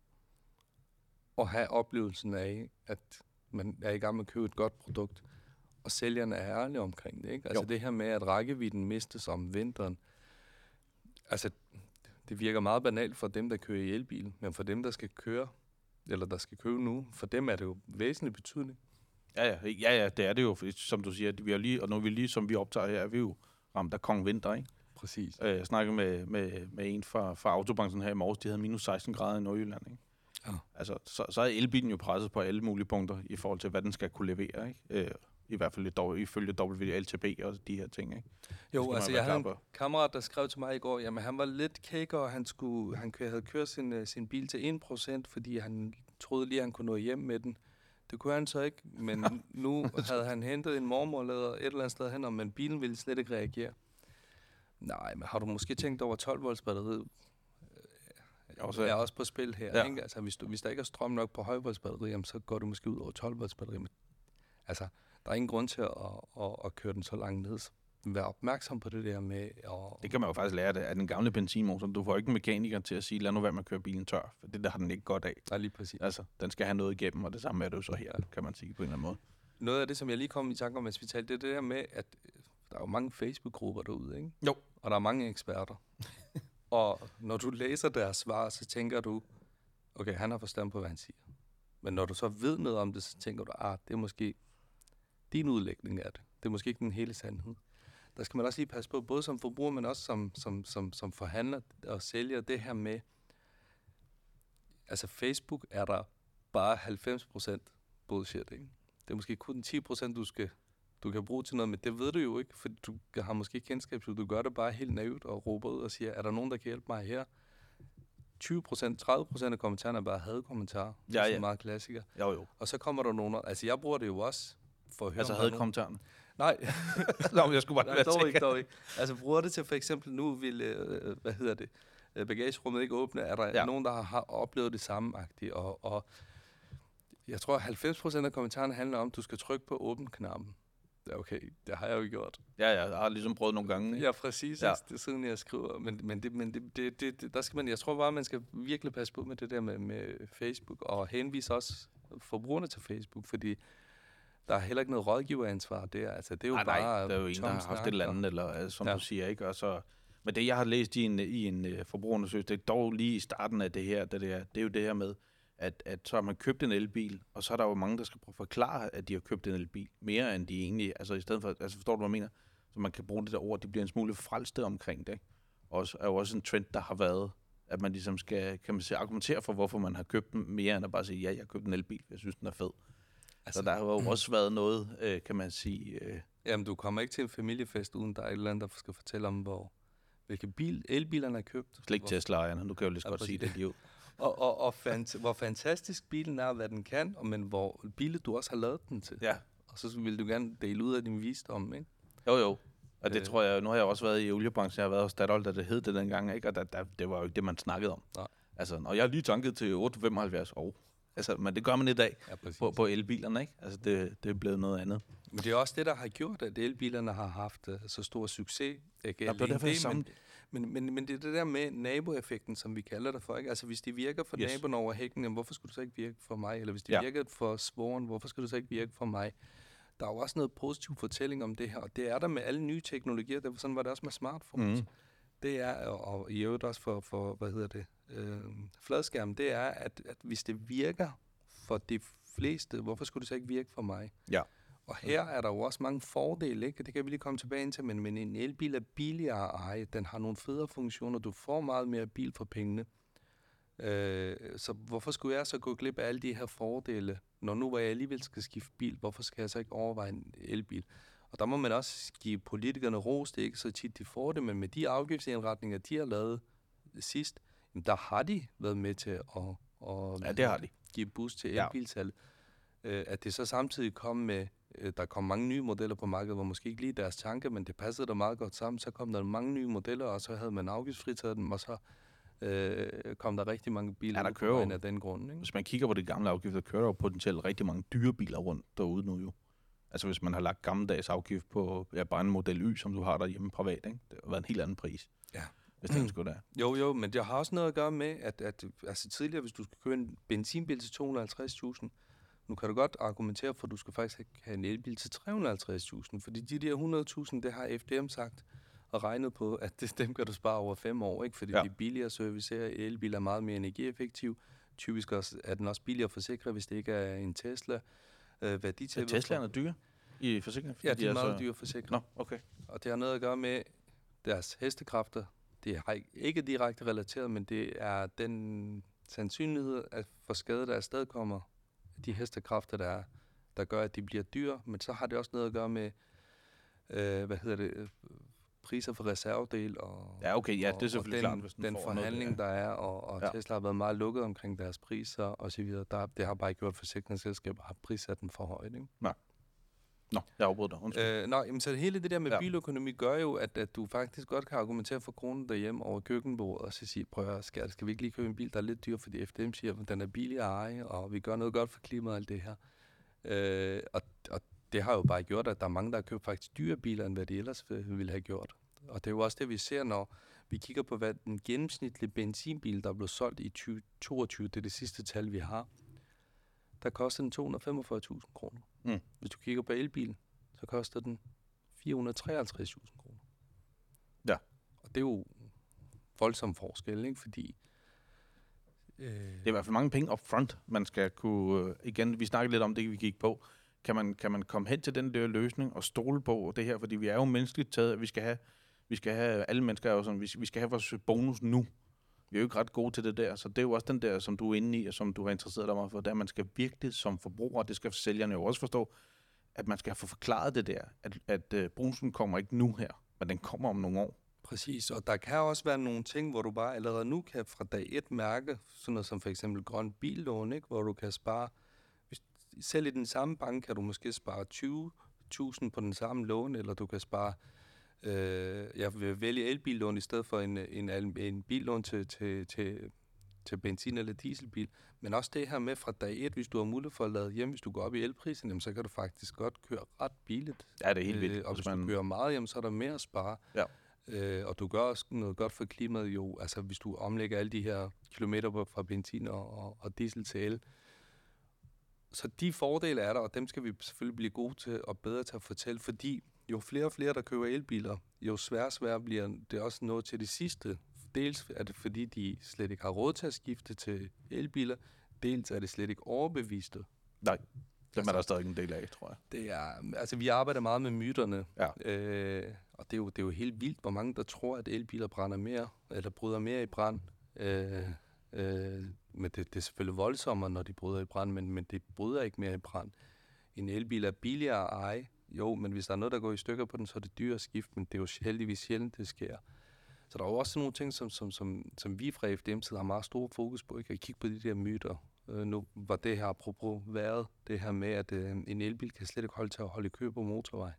og have oplevelsen af, at man er i gang med at købe et godt produkt, og sælgerne er ærlige omkring det, ikke? Altså jo. Det her med, at rækkevidden mistes om vinteren, altså det virker meget banalt for dem, der kører i elbil, men for dem, der skal køre, eller der skal købe nu, for dem er det jo væsentligt betydning. Ja, ja, ja, ja, det er det jo, som du siger, vi er lige, og nu er vi lige, som vi optager her, er vi jo ramt af Kong Vinter, ikke? Præcis. Øh, jeg snakkede med, med, med en fra, fra autobranchen her i morges, de havde minus seksten grader i Nordjylland, ikke? Ja. Altså, så, så er elbilen jo presset på alle mulige punkter i forhold til, hvad den skal kunne levere, ikke? Øh, I hvert fald dog, ifølge W L T B og de her ting, ikke? Jo, altså jeg havde en kammerat, der skrev til mig i går, jamen han var lidt kækker, og han, skulle, han havde kørt sin, sin bil til en procent, fordi han troede lige, at han kunne nå hjem med den. Det kunne han så ikke, men nu havde han hentet en mormorlader et eller andet sted hen, men bilen ville slet ikke reagere. Nej, men har du måske tænkt over tolv volts batteriet? Også, er også på spil her. Ja. Ikke? Altså, hvis, du, hvis der ikke er strøm nok på højvoltsbatteriet, så går du måske ud over tolv volts batteri. Altså, der er ingen grund til at, at, at, at køre den så langt ned. Vær opmærksom på det der med... At, det kan man jo faktisk lære af den gamle benzinmotor. Du får ikke en mekaniker til at sige, lad nu være med at køre bilen tør, for det der har den ikke godt af. Nej, lige præcis. Altså, den skal have noget igennem, og det samme er det jo så her, kan man sige på en eller anden måde. Noget af det, som jeg lige kom i tanke om, mens vi talte, det er det der med, at der er jo mange Facebook-grupper derude, ikke? Jo. Og der er mange eksperter. Og når du læser deres svar, så tænker du, okay, han har forstand på, hvad han siger. Men når du så ved noget om det, så tænker du, ah, det er måske din udlægning af det. Det er måske ikke den hele sandhed. Der skal man også lige passe på, både som forbruger, men også som, som, som, som forhandler og sælger, det her med, altså Facebook er der bare halvfems procent bullshit, ikke? Det er måske kun ti procent, du skal du kan bruge til noget, men det ved du jo ikke, for du har måske kendskab til, du gør det bare helt naivt og råber ud og siger, er der nogen, der kan hjælpe mig her? tyve procent, tredive procent af kommentarerne er bare hadkommentarer. Ja, ja. Det er meget klassiker. Jo, jo. Og så kommer der nogen, altså jeg bruger det jo også for at høre, altså hadkommentarerne? Nej. Nå, jeg skulle bare Nej, være dog sikker. ikke, dog ikke. Altså bruger det til for eksempel, nu vil, øh, hvad hedder det, øh, bagagerummet ikke åbne. Er der Ja. ja. nogen, der har, har oplevet det samme-agtigt? Og, og jeg tror, at halvfems procent af kommentarerne handler om, at du skal trykke på åben-knappen. Ja, okay, det har jeg jo gjort. Ja, ja, jeg har ligesom prøvet nogle gange. Ikke? Ja, præcis. Ja. Ja. Det er siden, jeg skriver. Men, men, det, men det, det, det, det, der skal man, jeg tror bare, man skal virkelig passe på med det der med, med Facebook, og henvise også forbrugerne til Facebook, fordi der er heller ikke noget rådgiveransvar der. Altså, det er jo nej, bare nej, der er jo en, der har haft et eller andet, eller altså, som ja. du siger, ikke? Og så, men det, jeg har læst i en, i en uh, forbrugerundersøgelse, det er dog lige i starten af det her, det, der, det er jo det her med, at, at så har man købt en elbil, og så er der jo mange, der skal prøve at forklare, at de har købt en elbil, mere end de egentlig, altså i stedet for, altså forstår du, hvad jeg mener? Så man kan bruge det der ord, de bliver en smule frelste omkring det, ikke? Også, er jo også en trend, der har været, at man ligesom skal, kan man sige, argumentere for, hvorfor man har købt den, mere end at bare sige, ja, jeg har købt en elbil, jeg synes, den er fed. Altså, så der har jo også været noget, øh, kan man sige... Øh... Jamen, du kommer ikke til en familiefest, uden der er et eller andet, der skal fortælle om, hvor, hvilke bil, elbilerne er købt. Slet ikke Tesla-ejerne, nu kan jeg jo lige så godt sige det lige ud. og og, og fant- hvor fantastisk bilen er, hvad den kan, og men hvor bil du også har lavet den til. Ja. Og så vil du gerne dele ud af din visdom, ikke? Jo, jo. Og det øh. tror jeg, nu har jeg også været i oliebranchen, jeg har været hos Statoil, da det hed det dengang, ikke? Og der, der, det var jo ikke det, man snakkede om. Nej. Altså, og jeg har lige tanket til otte komma femoghalvfjerds år. Altså, men det gør man i dag ja, på, på elbilerne, ikke? Altså, det, det er blevet noget andet. Men det er også det, der har gjort, at elbilerne har haft uh, så stor succes. Ikke? Ja, det er derfor det, men, men, men, men det er det der med naboeffekten, som vi kalder det for, ikke? Altså, hvis det virker for yes. naboen over hækken, jamen, hvorfor skulle det så ikke virke for mig? Eller hvis det ja. virker for svoren, hvorfor skulle det så ikke virke for mig? Der er jo også noget positiv fortælling om det her, og det er der med alle nye teknologier. Det, sådan var det også med smartphones. Mm. Det er, og, og i øvrigt også for, for hvad hedder det, øh, fladskærm, det er, at, at hvis det virker for de fleste, hvorfor skulle det så ikke virke for mig? Ja. Og her er der jo også mange fordele, ikke? Det kan vi lige komme tilbage ind til, men, men en elbil er billigere at eje. Den har nogle federe funktioner. Du får meget mere bil for pengene. Øh, så hvorfor skulle jeg så gå glip af alle de her fordele, når nu hvor jeg alligevel skal skifte bil? Hvorfor skal jeg så ikke overveje en elbil? Og der må man også give politikerne ros, det er ikke så tit, de får det, men med de afgiftsindretninger, de har lavet sidst, jamen der har de været med til at, at ja, det har de. give boost til elbilsalget. Ja. Øh, at det så samtidig kom med, øh, der kom mange nye modeller på markedet, hvor måske ikke lige deres tanke, men det passede der meget godt sammen, så kom der mange nye modeller, og så havde man afgiftsfritaget dem, og så øh, kom der rigtig mange biler ja, der ud kører, på vejen af den grund. Ikke? Hvis man kigger på de gamle afgifter, kører der jo potentielt rigtig mange dyre biler rundt derude nu jo. Altså hvis man har lagt gammeldags afgift på ja, bare en Model Y, som du har derhjemme privat, ikke? Det har været en helt anden pris. Ja. Hvis det skulle være. Jo, jo, men det har også noget at gøre med, at, at altså tidligere, hvis du skal købe en benzinbil til to hundrede og halvtreds tusind, nu kan du godt argumentere for, at du skal faktisk have en elbil til tre hundrede og halvtreds tusind, fordi de der hundrede tusind, det har F D M sagt og regnet på, at det, dem kan du spare over fem år, ikke? Fordi ja. de er billigere at servicere, elbil er meget mere energieffektiv, typisk også, er den også billigere at forsikre, hvis det ikke er en Tesla. Øh, hvad de er Teslaerne dyre i forsikring? Ja, de er meget dyre forsikring. Nå, okay. Og det har noget at gøre med deres hestekræfter. Det er ikke direkte relateret, men det er den sandsynlighed, at for skade, der afsted kommer, de hestekræfter, der er, der gør, at de bliver dyre. Men så har det også noget at gøre med, øh, hvad hedder det, priser for reservedel og, ja, okay, ja, det er selvfølgelig og den, klart, den forhandling, noget, ja. der er, og, og ja. Tesla har været meget lukket omkring deres priser og så videre. Der, det har bare gjort, at forsikringsselskaber har prissat den for højt, ikke? Nej. Nå, jeg afbryder dig. Undskyld. Øh, nå, jamen, så hele det der med ja. biløkonomi gør jo, at, at du faktisk godt kan argumentere for kronen derhjemme over køkkenbordet, og så sige, prøv at skal, skal vi ikke lige købe en bil, der er lidt dyr, fordi F D M siger, at den er billig at eje, og vi gør noget godt for klimaet og alt det her. Øh, og, og det har jo bare gjort, at der er mange, der har købt faktisk dyre biler, end hvad de ellers ville have gjort. Og det er jo også det, vi ser, når vi kigger på, hvad den gennemsnitlige benzinbil, der blev solgt i tyve toogtyve, det er det sidste tal, vi har, der koster den to hundrede og femogfyrre tusind kroner. Mm. Hvis du kigger på elbilen, så koster den fire hundrede og treoghalvtreds tusind kroner. Ja. Og det er jo voldsom forskel, ikke? Fordi øh... det er i hvert fald mange penge up front, man skal kunne... Øh, igen, vi snakkede lidt om det, vi gik på. Kan man, kan man komme hen til den der løsning og stole på det her? Fordi vi er jo menneskeligt taget, at vi skal have... Vi skal have alle mennesker er jo sådan, vi, vi skal have vores bonus nu. Vi er jo ikke ret gode til det der, så det er jo også den der, som du er inde i, og som du har interesseret dig meget for, der man skal virkelig som forbruger, det skal sælgerne jo også forstå, at man skal få forklaret det der, at, at uh, bonusen kommer ikke nu her, men den kommer om nogle år. Præcis, og der kan også være nogle ting, hvor du bare allerede nu kan fra dag et mærke, sådan noget som for eksempel grøn billån, ikke? Hvor du kan spare, hvis, selv i den samme bank kan du måske spare tyve tusind på den samme lån, eller du kan spare, øh, jeg vil vælge elbillån i stedet for en, en, en billån til, til, til, til benzin- eller dieselbil. Men også det her med fra dag et, hvis du har mulighed for at lade hjem, hvis du går op i elprisen, jamen, så kan du faktisk godt køre ret billigt. Ja, det er helt vildt. Øh, og hvis man... du kører meget hjem, så er der mere at spare. Ja. Øh, og du gør også noget godt for klimaet jo, altså hvis du omlægger alle de her kilometer fra benzin og, og, og diesel til el. Så de fordele er der, og dem skal vi selvfølgelig blive gode til og bedre til at fortælle, fordi jo flere og flere, der køber elbiler, jo sværere og sværere bliver det også noget til det sidste. Dels er det, fordi de slet ikke har råd til at skifte til elbiler, dels er det slet ikke overbeviste. Nej, dem er der stadig en del af, tror jeg. Det er, altså vi arbejder meget med myterne, ja. øh, og det er, jo, det er jo helt vildt, hvor mange der tror, at elbiler brænder mere, eller bryder mere i brand. Øh, øh, men det, det er selvfølgelig voldsommere, når de bryder i brand, men, men det bryder ikke mere i brand. En elbil er billigere at eje, jo, men hvis der er noget, der går i stykker på den, så er det dyrt at skifte, men det er jo heldigvis sjældent, det sker. Så der er jo også nogle ting, som, som, som, som vi fra F D M-side har meget stor fokus på, ikke? At kigge på de der myter. Øh, nu var det her apropos været, det her med, at øh, en elbil kan slet ikke holde til at holde i kø på motorvej.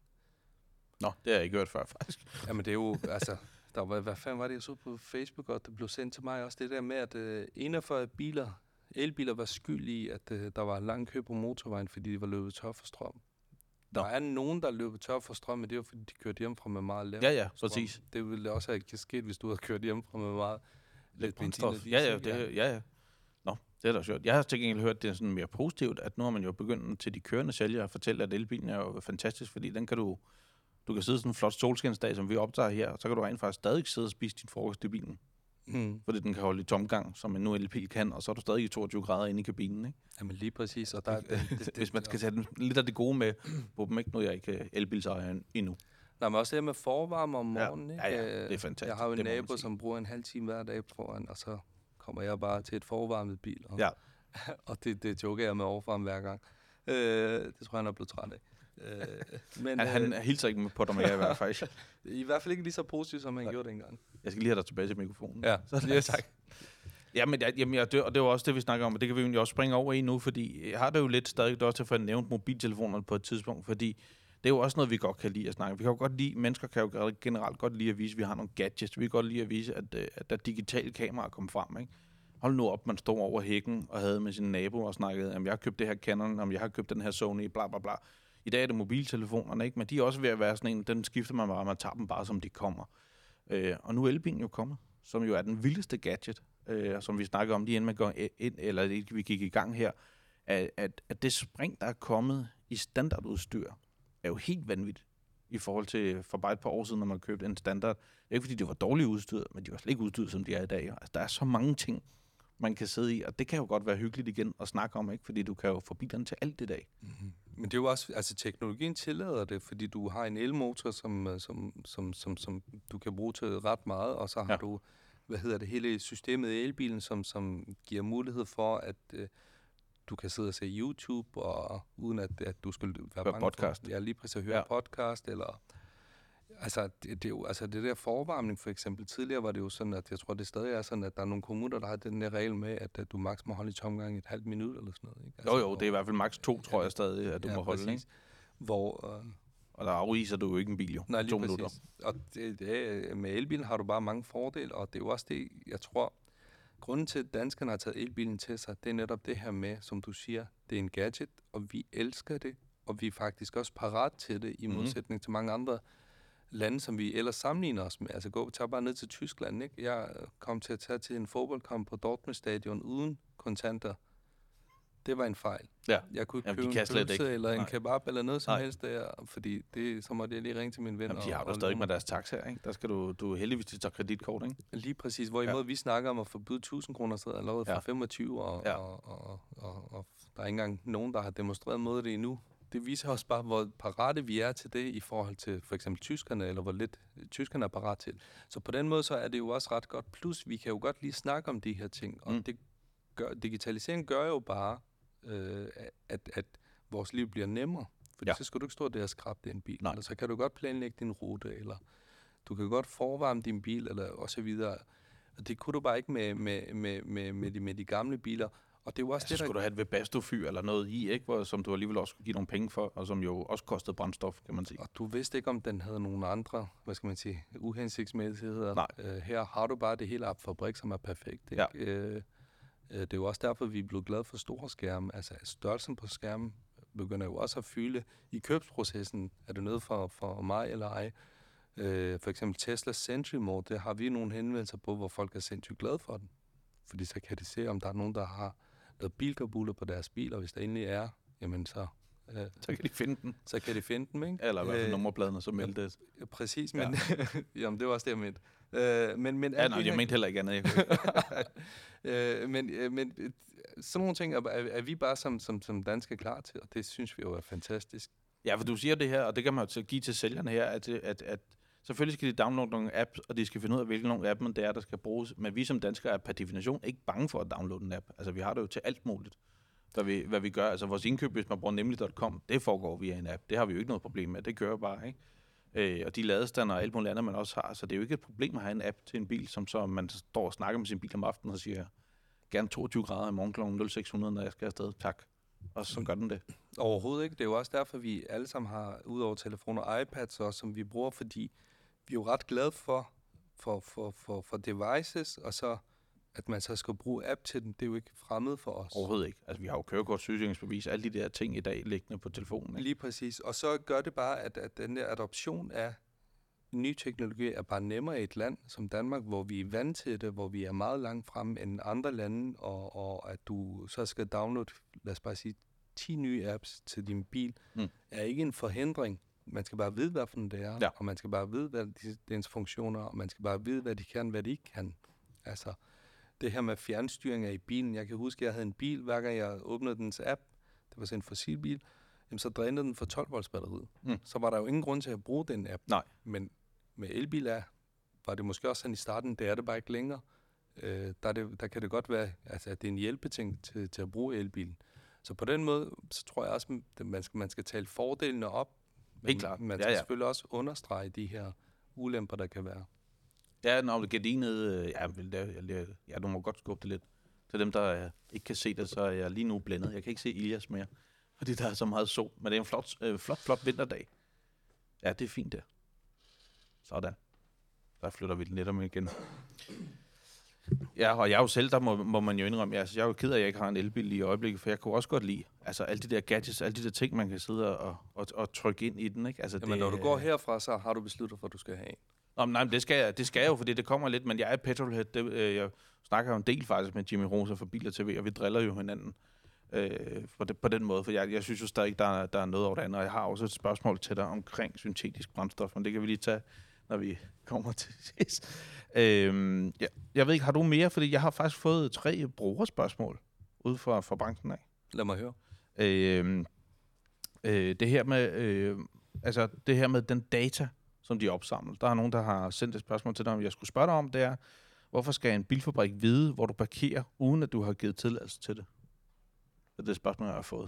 Nå, det har jeg ikke hørt før, faktisk. Jamen det er jo, altså, der var, hvad fanden var det, jeg så på Facebook, og det blev sendt til mig også, det der med, at øh, enogfyrre biler, elbiler var skyld i, at øh, der var lang kø på motorvejen, fordi de var løbet tør for strøm. Nå. Der er nogen, der løber tør for strøm, men det var, fordi de kørte hjemmefra med meget lav Ja, ja, strøm. præcis. Det ville også have sket, hvis du havde kørt hjemmefra med meget lidt brændstof. Ja, ja, det, ja, ja. Nå, det er da sjovt. Jeg har til gengæld hørt, det er sådan mere positivt, at nu har man jo begyndt til de kørende sælgere at fortælle, at elbilen er jo fantastisk, fordi den kan du, du kan sidde sådan en flot solskinsdag, som vi optager her, og så kan du rent faktisk stadig sidde og spise din frokost i bilen. Mm. Fordi den kan holde i tomgang, som en nu elbil kan, og så er du stadig i toogtyve grader inde i kabinen, ikke? Jamen lige præcis. Og der, det, det, det, hvis man skal tage lidt af det gode med på dem, ikke? Nu er jeg ikke elbilsejer endnu. Nej, men også det med forvarme om morgenen, ja. ikke? Ja, ja, det er fantastisk. Jeg har jo en nabo, som bruger en halv time hver dag foran, og så kommer jeg bare til et forvarmet bil. Og, ja. og det, det joker jeg med overvarme hver gang. Øh, det tror jeg, han er blevet træt af. Øh, men, han, han øh, hilser ikke med på dig med, i hvert fald. I hvert fald ikke lige så positivt, som han gjorde dengang. Jeg skal lige have dig tilbage til mikrofonen. Ja, så yes. Tak. Jamen, jeg, jamen jeg, det, og det var også det, vi snakker om, og det kan vi jo også springe over i nu, fordi jeg har det jo lidt stadig, det også til at få nævnt mobiltelefonerne på et tidspunkt, fordi det er jo også noget, vi godt kan lide at snakke. Vi kan jo godt lide, mennesker kan jo generelt godt lide at vise, at vi har nogle gadgets. Vi kan godt lide at vise, at, at der digitale kameraer kommer frem, ikke? Hold nu op, man stod over hækken og havde med sin nabo og snakkede, om jeg har købt det her Canon, om jeg har købt den her Sony, bla bla bla. I dag er det mobiltelefonerne, ikke? Men de er også ved at være sådan en, den skifter man bare, man tager dem bare, som de kommer. Øh, og nu er elbilen jo kommet, som jo er den vildeste gadget, øh, som vi snakker om lige inden man går ind, eller det, vi gik i gang her, at, at, at det spring, der er kommet i standardudstyr, er jo helt vanvittigt i forhold til for bare et par år siden, når man købte en standard. Det er ikke, fordi det var dårligt udstyret, men de var slet ikke udstyret, som de er i dag. Altså, der er så mange ting, man kan sidde i, og det kan jo godt være hyggeligt igen at snakke om, ikke? Fordi du kan jo få bilerne til alt i dag. Mm-hmm. Men det er jo også, altså teknologien tillader det, fordi du har en elmotor, som, som, som, som, som du kan bruge til ret meget, og så har ja. du, hvad hedder det, hele systemet i elbilen, som, som giver mulighed for, at øh, du kan sidde og se YouTube, og uden at, at du skal være høre podcast. For, ja, lige præcis at høre ja. podcast, eller altså det, det er jo, altså det der forvarmning for eksempel. Tidligere var det jo sådan, at jeg tror, det stadig er sådan, at der er nogle kommuner, der har den der regel med, at, at du maks må holde i tomgang et halvt minut eller sådan noget. Ikke? Altså, jo, jo, det er i hvert fald maks to, tror ja, jeg stadig, at du ja, må holde, ikke? Hvor, øh, og der afviser du jo ikke en bil, jo. Nej, lige to præcis. Minutter. Og det, det, med elbilen har du bare mange fordele, og det er jo også det, jeg tror, grunden til, at danskerne har taget elbilen til sig, det er netop det her med, som du siger, det er en gadget, og vi elsker det, og vi er faktisk også parat til det, i modsætning mm-hmm. til mange andre lande, som vi ellers sammenligner os med. Altså gå tager bare ned til Tyskland, ikke? Jeg kom til at tage til en fodboldkamp på Dortmund Stadion uden kontanter. Det var en fejl. Ja. Jeg kunne Jamen, købe en pølse eller en Nej. kebab eller noget som Nej. helst der, fordi det, så måtte jeg lige ringe til min ven. Jamen, de har jo stadig med deres taxaer, ikke? Der skal du, du heldigvis tage kreditkort, ikke? Lige præcis. Hvorimod ja. vi snakker om at forbyde tusind kroner stedet allerede fra ja. femogtyve, og, ja. og, og, og, og der er ikke engang nogen, der har demonstreret mod det endnu. Det viser også bare, hvor parate vi er til det i forhold til for eksempel tyskerne, eller hvor lidt tyskerne er parat til. Så på den måde så er det jo også ret godt. Plus, vi kan jo godt lige snakke om de her ting, og mm. det gør, digitalisering gør jo bare, øh, at, at vores liv bliver nemmere. Fordi ja. så skal du ikke stå der og skrabe din bil. Nej. Eller så kan du godt planlægge din rute, eller du kan godt forvarme din bil, eller og så videre. Og det kunne du bare ikke med, med, med, med, med, de, med de gamle biler. Og det er jo også altså, det, der... skulle du have et Webasto-fyr eller noget i, ikke? Hvor, som du alligevel også skulle give nogle penge for, og som jo også kostede brændstof, kan man sige. Og du vidste ikke, om den havde nogle andre, hvad skal man sige, uhensigtsmæssigheder. Nej. Øh, her har du bare det hele af fabrik, som er perfekt. Ikke? Ja. Øh, øh, det er jo også derfor, vi er blevet glade for store skærme. Altså størrelsen på skærmen begynder jo også at fylde. I købsprocessen er det noget for, for mig eller ej. Øh, for eksempel Tesla Sentry Mode, det har vi nogle henvendelser på, hvor folk er sindssygt glade for den. Fordi så kan de se, om der er nogen, der har lavet bilkabuler på deres bil, og hvis der endelig er, jamen så... Øh, så kan de finde den. Så kan de finde dem, ikke? Eller i hvert fald nummerpladen, og så melde det. Ja, præcis, men... Ja. Jamen, det var også det, jeg mente. Øh, men, men, ja, nej, jeg her... mente heller ikke andet. Jeg øh, men, øh, men sådan nogle ting er, er, er vi bare som, som, som danske klar til, og det synes vi jo er fantastisk. Ja, for du siger det her, og det kan man jo give til sælgerne her, at, at, at selvfølgelig skal de downloade nogle apps, og de skal finde ud af, hvilke nogle app det er, der skal bruges. Men vi som danskere er per definition ikke bange for at downloade en app. Altså, vi har det jo til alt muligt, hvad vi, hvad vi gør. Altså, vores indkøb, hvis man bruger nemlig punktum com, det foregår via en app. Det har vi jo ikke noget problem med. Det kører bare, ikke? Øh, og de ladestander og alt muligt andet, man også har. Så det er jo ikke et problem at have en app til en bil, som så man står og snakker med sin bil om aftenen og siger, gerne toogtyve grader i morgen klokken nul seks hundrede, når jeg skal afsted. Tak. Og så gør den det. Overhovedet ikke. Det er jo også derfor, vi alle sammen har, udover telefoner og iPads også, som vi bruger, fordi vi er jo ret glade for, for, for, for, for devices, og så at man så skal bruge app til den, det er jo ikke fremmed for os. Overhovedet ikke. Altså, vi har jo kørekort, sygesikringsbevis, alle de der ting i dag liggende på telefonen. Ikke? Lige præcis. Og så gør det bare, at, at den der adoption af ny teknologi er bare nemmere i et land som Danmark, hvor vi er vant til det, hvor vi er meget langt fremme end andre lande, og, og at du så skal downloade, lad os bare sige, ti nye apps til din bil, mm. er ikke en forhindring. Man skal bare vide, hvad for det er, ja. og man skal bare vide, hvad de, dens funktioner, og man skal bare vide, hvad de kan, hvad de ikke kan. Altså, det her med fjernstyring af i bilen. Jeg kan huske, at jeg havde en bil, hver gang jeg åbnede dens app, det var sådan en fossilbil, jamen, så drænede den for tolv volts batteriet. Mm. Så var der jo ingen grund til at bruge den app. Nej. Men med elbiler var det måske også sådan i starten, det er det bare ikke længere. Øh, der, er det, der kan det godt være, altså, at det er en hjælpeting til, til at bruge elbilen. Så på den måde, så tror jeg også, at man skal, man skal tale fordelene op. Helt klart. Man skal ja, ja. selvfølgelig også understrege de her ulemper, der kan være. Ja, når det gardinet, ja, jeg, ja, du må godt skubbe det lidt. Til dem, der ikke kan se det, så er jeg lige nu blændet. Jeg kan ikke se Ilias mere, fordi der er så meget sol. Men det er en flot, øh, flot, flot vinterdag. Ja, det er fint der. Sådan. Der flytter vi lidt om igen. Ja, og jeg er jo selv, der må, må man jo indrømme, altså, jeg er jo ked af, at jeg ikke har en elbil i øjeblikket, for jeg kunne også godt lide, altså alle de der gadgets, alle de der ting, man kan sidde og, og, og trykke ind i den, ikke? Altså, Jamen, det, når du går herfra, så har du besluttet, hvor du skal have en. Nå, nej, men det skal jeg, det skal jeg jo, fordi det kommer lidt, men jeg er petrolhead. Det, øh, jeg snakker jo en del faktisk med Jimmy Rosa fra Bil og T V, og vi driller jo hinanden øh, på, det, på den måde, for jeg, jeg synes jo stadig, der er, der er noget over det andet, og jeg har også et spørgsmål til dig omkring syntetisk brændstof, men det kan vi lige tage, når vi kommer til sidst. Øh, ja, jeg ved ikke, har du mere? Fordi jeg har faktisk fået tre brugerspørgsmål ude fra, fra branchen af. Lad mig høre. Øh, øh, det her med, øh, altså det her med den data, som de opsamler. Der er nogen, der har sendt et spørgsmål til dig, om jeg skulle spørge dig om, det er, hvorfor skal en bilfabrik vide, hvor du parkerer, uden at du har givet tilladelse til det? Det er det spørgsmål, jeg har fået.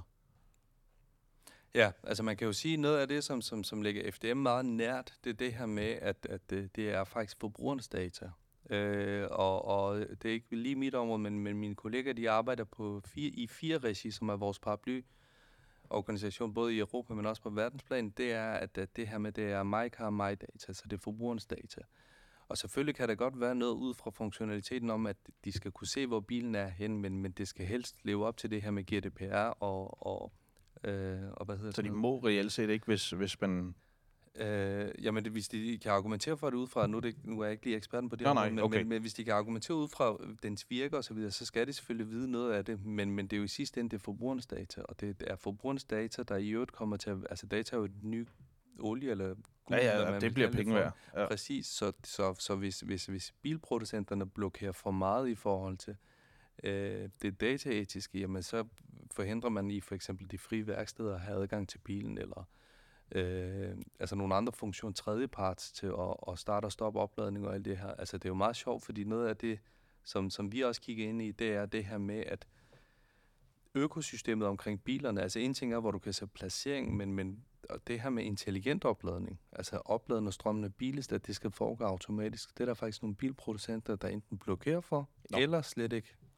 Ja, altså man kan jo sige, noget af det, som, som, som ligger F D M meget nært, det er det her med, at, at det, det er faktisk forbrugernes data. Øh, og, og det er ikke lige mit område, men, men mine kollegaer, de arbejder på fire, i fire regi, som er vores paraply organisation, både i Europa, men også på verdensplan, det er, at, at det her med, det er my car, my data, så det er forbrugernes data. Og selvfølgelig kan der godt være noget ud fra funktionaliteten om, at de skal kunne se, hvor bilen er hen, men, men det skal helst leve op til det her med G D P R og, og, øh, og hvad hedder det? Så de må reelt set ikke, hvis, hvis man... Øh, jamen, det, hvis de kan argumentere for det ud fra, nu er, det, nu er jeg ikke lige eksperten på det, nej, nej, men, okay. men, men hvis de kan argumentere ud fra dens virker og så videre, så skal de selvfølgelig vide noget af det, men, men det er jo i sidste ende, det er forbrugernes data, og det er forbrugernes data, der i øvrigt kommer til at, altså data er jo et ny olie eller guld, ja, ja, ja det bliver penge værd. Ja. Præcis, så, så, så hvis, hvis, hvis bilproducenterne blokerer for meget i forhold til øh, det dataetiske, jamen så forhindrer man i for eksempel de frie værksteder at have adgang til bilen, eller Øh, altså nogle andre funktioner, tredjeparts til at, at starte og stoppe opladning og alt det her. Altså det er jo meget sjovt, fordi noget af det, som, som vi også kigger ind i, det er det her med, at økosystemet omkring bilerne, altså en ting er, hvor du kan sætte placering, men, men det her med intelligent opladning, altså opladende strømmende bilestat, det skal foregå automatisk. Det er der faktisk nogle bilproducenter, der enten blokerer for, Nå. eller slet ikke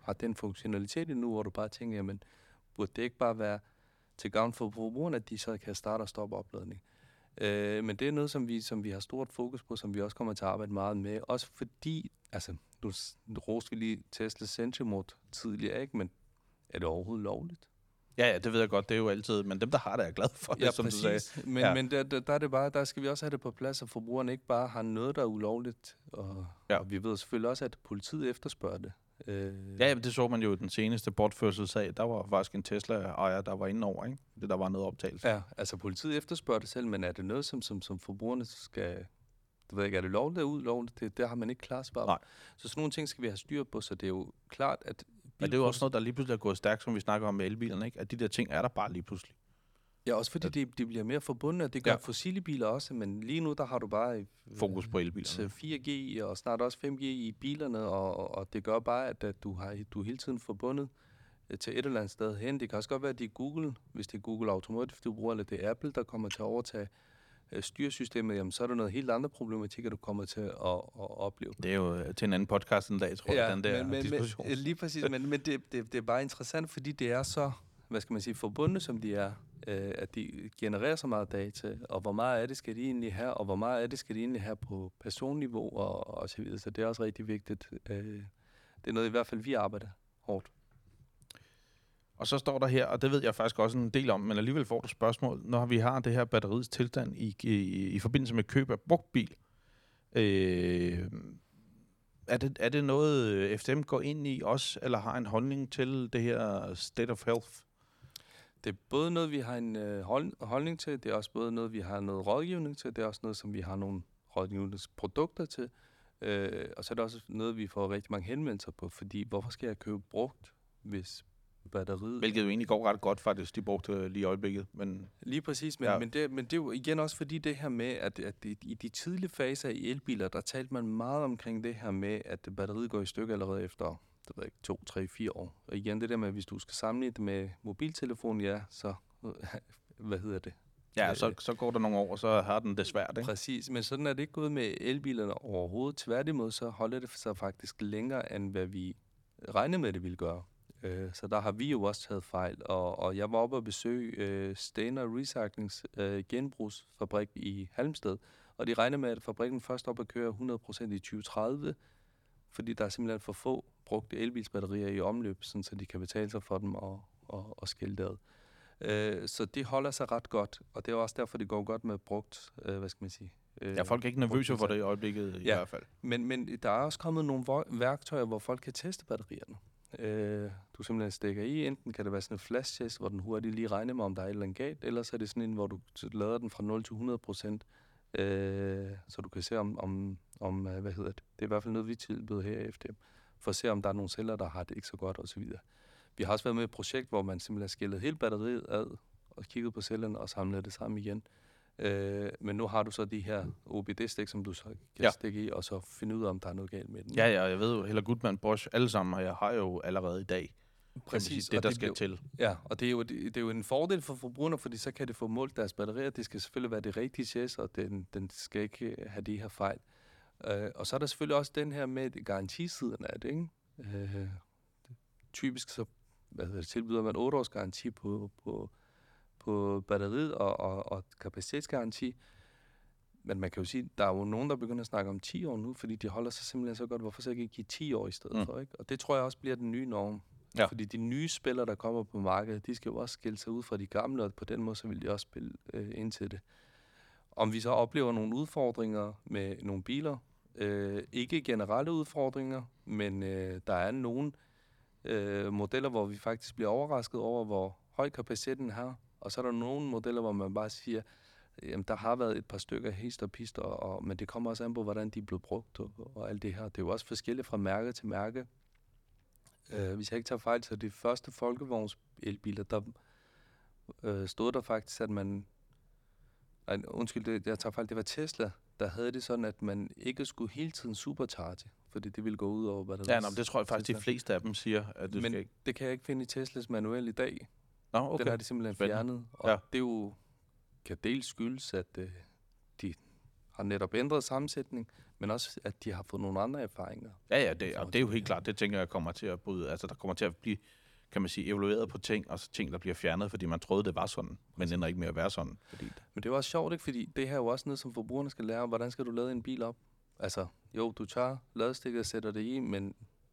har den funktionalitet endnu, hvor du bare tænker, jamen, burde det ikke bare være til gavn for forbrugerne, at de så kan starte og stoppe opladning? Øh, men det er noget, som vi, som vi har stort fokus på, som vi også kommer til at arbejde meget med. Også fordi, altså, nu roste vi lige Tesla Sentimode tidligere, ikke? Men er det overhovedet lovligt? Ja, ja, det ved jeg godt, det er jo altid, men dem, der har det, er glad for det, ja, som præcis. du sagde. Men, ja. men der, der, der, er det bare, der skal vi også have det på plads, at forbrugerne ikke bare har noget, der er ulovligt. Og, ja. og vi ved selvfølgelig også, at politiet efterspørger det. Øh, ja, det så man jo i den seneste bortførelsessag. Der var faktisk en Tesla-ejer, der var inde over, ikke? Det, der var noget optagelse. Ja, altså politiet efterspørger det selv, men er det noget, som, som, som forbrugerne skal... Du ved ikke, er det lovligt eller ulovligt? Det, det har man ikke klart svar på. Så sådan nogle ting skal vi have styr på, så det er jo klart, at... Men det er jo også noget, der lige pludselig er gået stærkt, som vi snakker om med elbilerne, ikke? At de der ting er der bare lige pludselig. Ja, også fordi de, de bliver mere forbundne, og det gør ja. fossile biler også, men lige nu, der har du bare... Øh, fokus på elbilerne. fire G og snart også fem G i bilerne, og, og det gør bare, at, at du, har, du er hele tiden forbundet til et eller andet sted hen. Det kan også godt være, at det er Google, hvis det er Google Automotive, du bruger, eller det er Apple, der kommer til at overtage øh, styresystemet, jamen så er der noget helt andre problematikker, du kommer til at, at opleve. Det er jo til en anden podcast en dag, tror jeg, ja, den der men, men, diskussion. Men, lige præcis, men, men det, det, det er bare interessant, fordi det er så, hvad skal man sige, forbundne, som de er, øh, at de genererer så meget data, og hvor meget af det skal de egentlig have, og hvor meget af det skal de egentlig have på personniveau, og, og så videre. Så det er også rigtig vigtigt. Øh, det er noget, i hvert fald vi arbejder hårdt. Og så står der her, og det ved jeg faktisk også en del om, men alligevel får du spørgsmål, når vi har det her batteriets tilstand i, i, i forbindelse med køb af brugt bil. Øh, er, det, er det noget, F D M går ind i også, eller har en holdning til det her state of health? Det er både noget, vi har en øh, hold, holdning til, det er også både noget, vi har noget rådgivning til, det er også noget, som vi har nogle rådgivningsprodukter til, øh, og så er det også noget, vi får rigtig mange henvendelser på, fordi hvorfor skal jeg købe brugt, hvis batteriet... Hvilket jo egentlig går ret godt faktisk, de brugte lige i øjeblikket. Men lige præcis, men, ja. men, det, men det er jo igen også fordi det her med, at, at det, i de tidlige faser i elbiler, der talte man meget omkring det her med, at batteriet går i stykker allerede efter det ved ikke, to, tre, fire år. Og igen det der med, at hvis du skal sammenligne det med mobiltelefon, ja, så hvad hedder det? Ja, så, så går der nogle år, og så har den det svært, ikke? Præcis, men sådan er det ikke gået med elbilerne overhovedet. Tværtimod, så holder det sig faktisk længere, end hvad vi regnede med, det ville gøre. Så der har vi jo også taget fejl, og, og jeg var oppe og besøge uh, Stena Recyclings uh, genbrugsfabrik i Halmsted, og de regner med, at fabrikken først op at køre hundrede procent i tyve tredive, fordi der er simpelthen for få brugte elbilsbatterier i omløb, sådan, så de kan betale sig for dem og, og, og skille det ad. Uh, så det holder sig ret godt, og det er også derfor, det går godt med brugt, uh, hvad skal man sige. Uh, ja, folk er ikke nervøse for det i øjeblikket i ja, hvert fald. Men, men der er også kommet nogle værktøjer, hvor folk kan teste batterierne. Øh, du simpelthen stikker i, enten kan det være sådan en flash test, hvor den hurtigt lige regner med, om der er et eller andet galt, eller så er det sådan en, hvor du lader den fra nul til hundrede procent, øh, så du kan se om, om, om, hvad hedder det, det er i hvert fald noget, vi tilbyder her i F D M, for at se, om der er nogle celler, der har det ikke så godt, osv. Vi har også været med i et projekt, hvor man simpelthen har skillet hele batteriet ad, og kigget på cellerne, og samlet det sammen igen. Øh, men nu har du så de her O B D-stik, som du så kan ja. stikke i, og så finde ud af, om der er noget galt med den. Ja, ja, jeg ved jo, Heller Gutmann, Bosch, alle sammen, og jeg har jo allerede i dag præcis sige, det, der det skal bliver, til. Ja, og det er, jo, det, det er jo en fordel for forbrugerne, fordi så kan det få målt deres batterier. Det skal selvfølgelig være det rigtige chassis, og den, den skal ikke have de her fejl. Øh, og så er der selvfølgelig også den her med garantisiden af det, ikke? Øh, typisk så hvad hedder det, tilbyder man otte års garanti på, på på batteriet og, og, og kapacitetsgaranti. Men man kan jo sige, der er jo nogen, der begynder at snakke om ti år nu, fordi de holder sig simpelthen så godt. Hvorfor så ikke give ti år i stedet mm. for, ikke? Og det tror jeg også bliver den nye norm. Ja. Fordi de nye spillere, der kommer på markedet, de skal jo også skille sig ud fra de gamle, og på den måde, så vil de også spille øh, ind til det. Om vi så oplever nogle udfordringer med nogle biler, øh, ikke generelle udfordringer, men øh, der er nogle øh, modeller, hvor vi faktisk bliver overrasket over, hvor høj kapaciteten har. Og så er der nogle modeller, hvor man bare siger, jamen der har været et par stykker hist og pist, og, og, men det kommer også an på, hvordan de er blevet brugt og, og alt det her. Det er jo også forskelligt fra mærke til mærke. Uh, hvis jeg ikke tager fejl, så de første folkevogns elbiler, der uh, stod der faktisk, at man... Nej, undskyld, det, jeg tager fejl, det var Tesla, der havde det sådan, at man ikke skulle hele tiden supercharge, fordi det ville gå ud over batteriet. Ja, nå, det tror jeg faktisk, Tesla. De fleste af dem siger, at det men skal ikke... det kan jeg ikke finde i Teslas manual i dag. Nå, okay. Den har de simpelthen Spændende. fjernet, og ja. det er jo kan dels skyldes, at øh, de har netop ændret sammensætning, men også, at de har fået nogle andre erfaringer. Ja, ja, det, og det er jo helt klart, det tænker jeg kommer til at bryde. Altså, der kommer til at blive, kan man sige, evalueret på ting, og så ting, der bliver fjernet, fordi man troede, det var sådan, men det ender ikke med at være sådan. Fordi det. Men det er jo også sjovt, ikke? Fordi det her er jo også noget, som forbrugerne skal lære. Hvordan skal du lade en bil op? Altså, jo, du tager ladestikket og sætter det i, men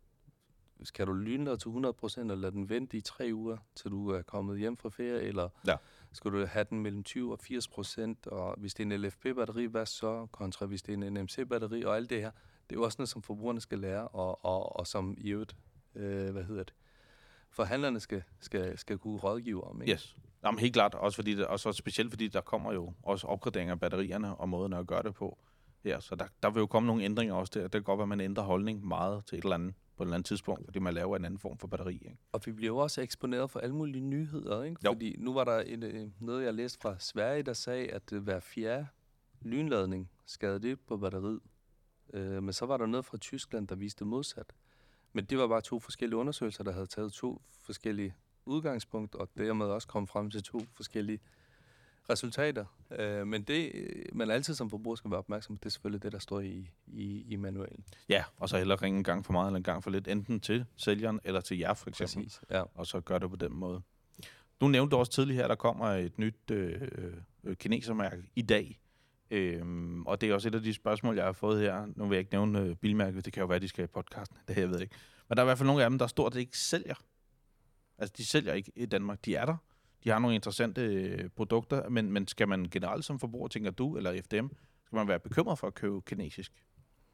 skal du lyne dig til hundrede procent og lade den vente i tre uger, til du er kommet hjem fra ferie, eller ja. skal du have den mellem tyve og firs procent, og hvis det er en L F P-batteri, hvad så, kontra hvis det er en N M C-batteri, og alt det her. Det er jo også noget, som forbrugerne skal lære, og, og, og som i øvrigt, øh, hvad hedder det, forhandlerne skal, skal, skal kunne rådgive om, ikke? Yes. Jamen, helt klart, også fordi det, og så specielt fordi der kommer jo også opgraderinger af batterierne og måden at gøre det på. Ja, så der, der vil jo komme nogle ændringer også der. Det kan godt være, at man ændrer holdning meget til et eller andet på et eller andet tidspunkt, fordi man laver en anden form for batteri. Ikke? Og vi bliver jo også eksponeret for alle mulige nyheder, ikke? Jo. Fordi nu var der et, noget, jeg læste fra Sverige, der sagde, at hver fjerde lynladning skadede det på batteriet. Øh, men så var der noget fra Tyskland, der viste modsat. Men det var bare to forskellige undersøgelser, der havde taget to forskellige udgangspunkter, og dermed også kom frem til to forskellige resultater. Øh, men det, man altid som forbruger skal være opmærksom på, det er selvfølgelig det, der står i, i, i manualen. Ja, og så heller ringe en gang for meget eller en gang for lidt, enten til sælgeren eller til jer for eksempel. Præcis, ja. Og så gør det på den måde. Du nævnte også tidligere her, der kommer et nyt øh, øh, kinesermærke i dag. Øhm, og det er også et af de spørgsmål, jeg har fået her. Nu vil jeg ikke nævne øh, bilmærket, det kan jo være, de skal i podcasten. Det jeg ved ikke. Men der er i hvert fald nogle af dem, der stort set ikke sælger. Altså, de sælger ikke i Danmark. De er der. De har nogle interessante øh, produkter, men, men skal man generelt som forbruger, tænker du, eller F D M, skal man være bekymret for at købe kinesisk?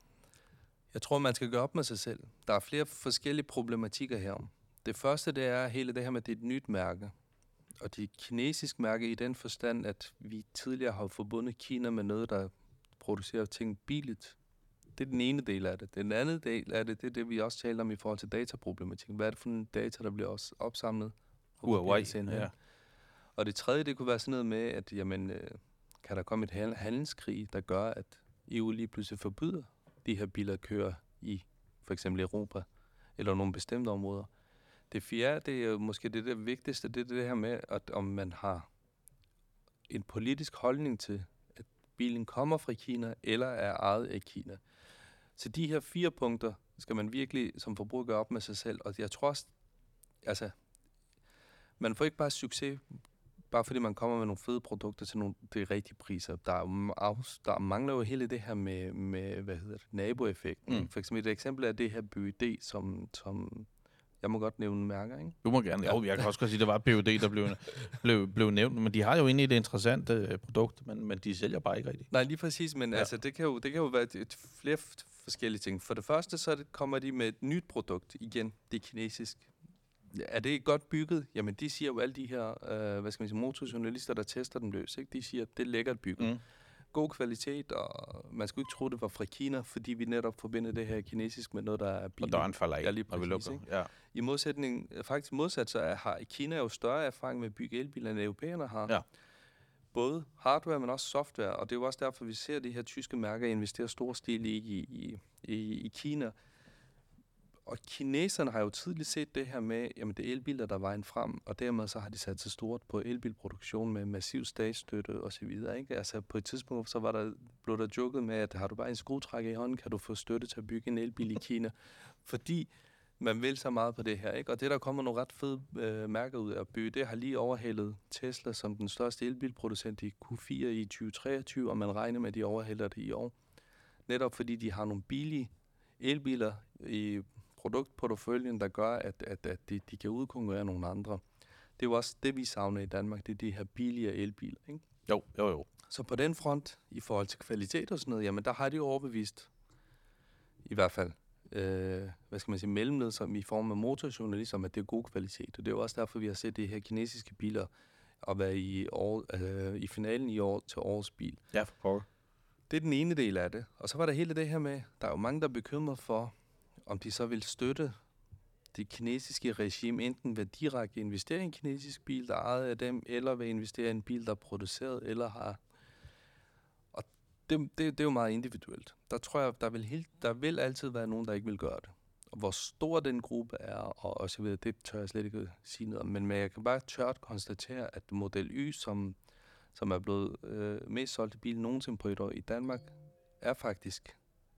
Jeg tror, man skal gøre op med sig selv. Der er flere forskellige problematikker herom. Det første, det er hele det her med, det er et nyt mærke. Og det er et kinesisk mærke i den forstand, at vi tidligere har forbundet Kina med noget, der producerer ting billigt. Det er den ene del af det. Den anden del af det, det er det, vi også taler om i forhold til dataproblematikken. Hvad er det for en data, der bliver også opsamlet? Huawei, ja. Og det tredje, det kunne være sådan noget med, at jamen, øh, kan der komme et handelskrig, der gør, at E U lige pludselig forbyder de her biler at køre i for eksempel Europa eller nogle bestemte områder. Det fjerde, det er jo måske det der vigtigste, det er det her med, at om man har en politisk holdning til, at bilen kommer fra Kina eller er ejet af Kina. Så de her fire punkter skal man virkelig som forbruger gøre op med sig selv. Og jeg tror også, altså, man får ikke bare succes, bare fordi man kommer med nogle fede produkter til nogle de rigtige priser. Der, er, der mangler jo hele det her med, med hvad hedder det, naboeffekten. Mm. For eksempel et eksempel er det her B Y D, som, som jeg må godt nævne mærker, ikke? Du må gerne. Ja. Jo, jeg kan også godt sige, at det var B Y D, der blev, blev, blev nævnt. Men de har jo egentlig et interessant uh, produkt, men, men de sælger bare ikke rigtigt. Nej, lige præcis. Men ja. altså, det, kan jo, det kan jo være et, et flere forskellige ting. For det første, så det, kommer de med et nyt produkt igen. Det er kinesisk. Er det godt bygget? Jamen, de siger jo alle de her, øh, hvad skal man sige, motorjournalister, der tester den løs, ikke? De siger, at det er lækkert bygget. Mm. God kvalitet, og man skulle ikke tro, det var fra Kina, fordi vi netop forbinder det her kinesisk med noget, der er billigt. Og døren falder af, ja, lige præcis, når vi lukker. Ja. I modsætning, faktisk modsat, så er, har Kina jo større erfaring med at bygge elbiler, end europæerne har. Ja. Både hardware, men også software, og det er jo også derfor, vi ser de her tyske mærker investere stor stil i, i, i, i Kina. Og kineserne har jo tidligt set det her med, jamen det er elbiler, der er vejen frem, og dermed så har de sat sig stort på elbilproduktion med massiv statsstøtte og så videre, ikke? Altså på et tidspunkt, så var der, blev der joket med, at har du bare en skruetrækker i hånden, kan du få støtte til at bygge en elbil i Kina. Fordi man vil så meget på det her, ikke? Og det der kommer nogle ret fede øh, mærker ud af at bygge, det har lige overhældet Tesla som den største elbilproducent i Q fire i tyve treogtyve, og man regner med, at de overhælder det i år. Netop fordi de har nogle billige elbiler i produktporteføljen, der gør, at, at, at de, de kan udkonkurrere nogle andre. Det er jo også det, vi savner i Danmark, det er de her billigere elbiler, ikke? Jo, jo, jo. Så på den front, i forhold til kvalitet og sådan noget, jamen der har de jo overbevist, i hvert fald, øh, hvad skal man sige, mellemled, som i form af motorjournalister, at det er god kvalitet. Og det er jo også derfor, vi har set de her kinesiske biler at være i, år, øh, i finalen i år til årets bil. Ja, for power. Det er den ene del af det. Og så var der hele det her med, der er jo mange, der er bekymret for, om de så vil støtte det kinesiske regime, enten ved direkte investere i en kinesisk bil, der er ejet af dem, eller ved investere i en bil, der er produceret, eller har... Og det, det, det er jo meget individuelt. Der tror jeg, der vil, helt, der vil altid være nogen, der ikke vil gøre det. Og hvor stor den gruppe er, og, og så videre, det tør jeg slet ikke sige noget om. Men jeg kan bare tørt konstatere, at Model Y, som, som er blevet øh, mest solgte bil nogensinde på et år i Danmark, er faktisk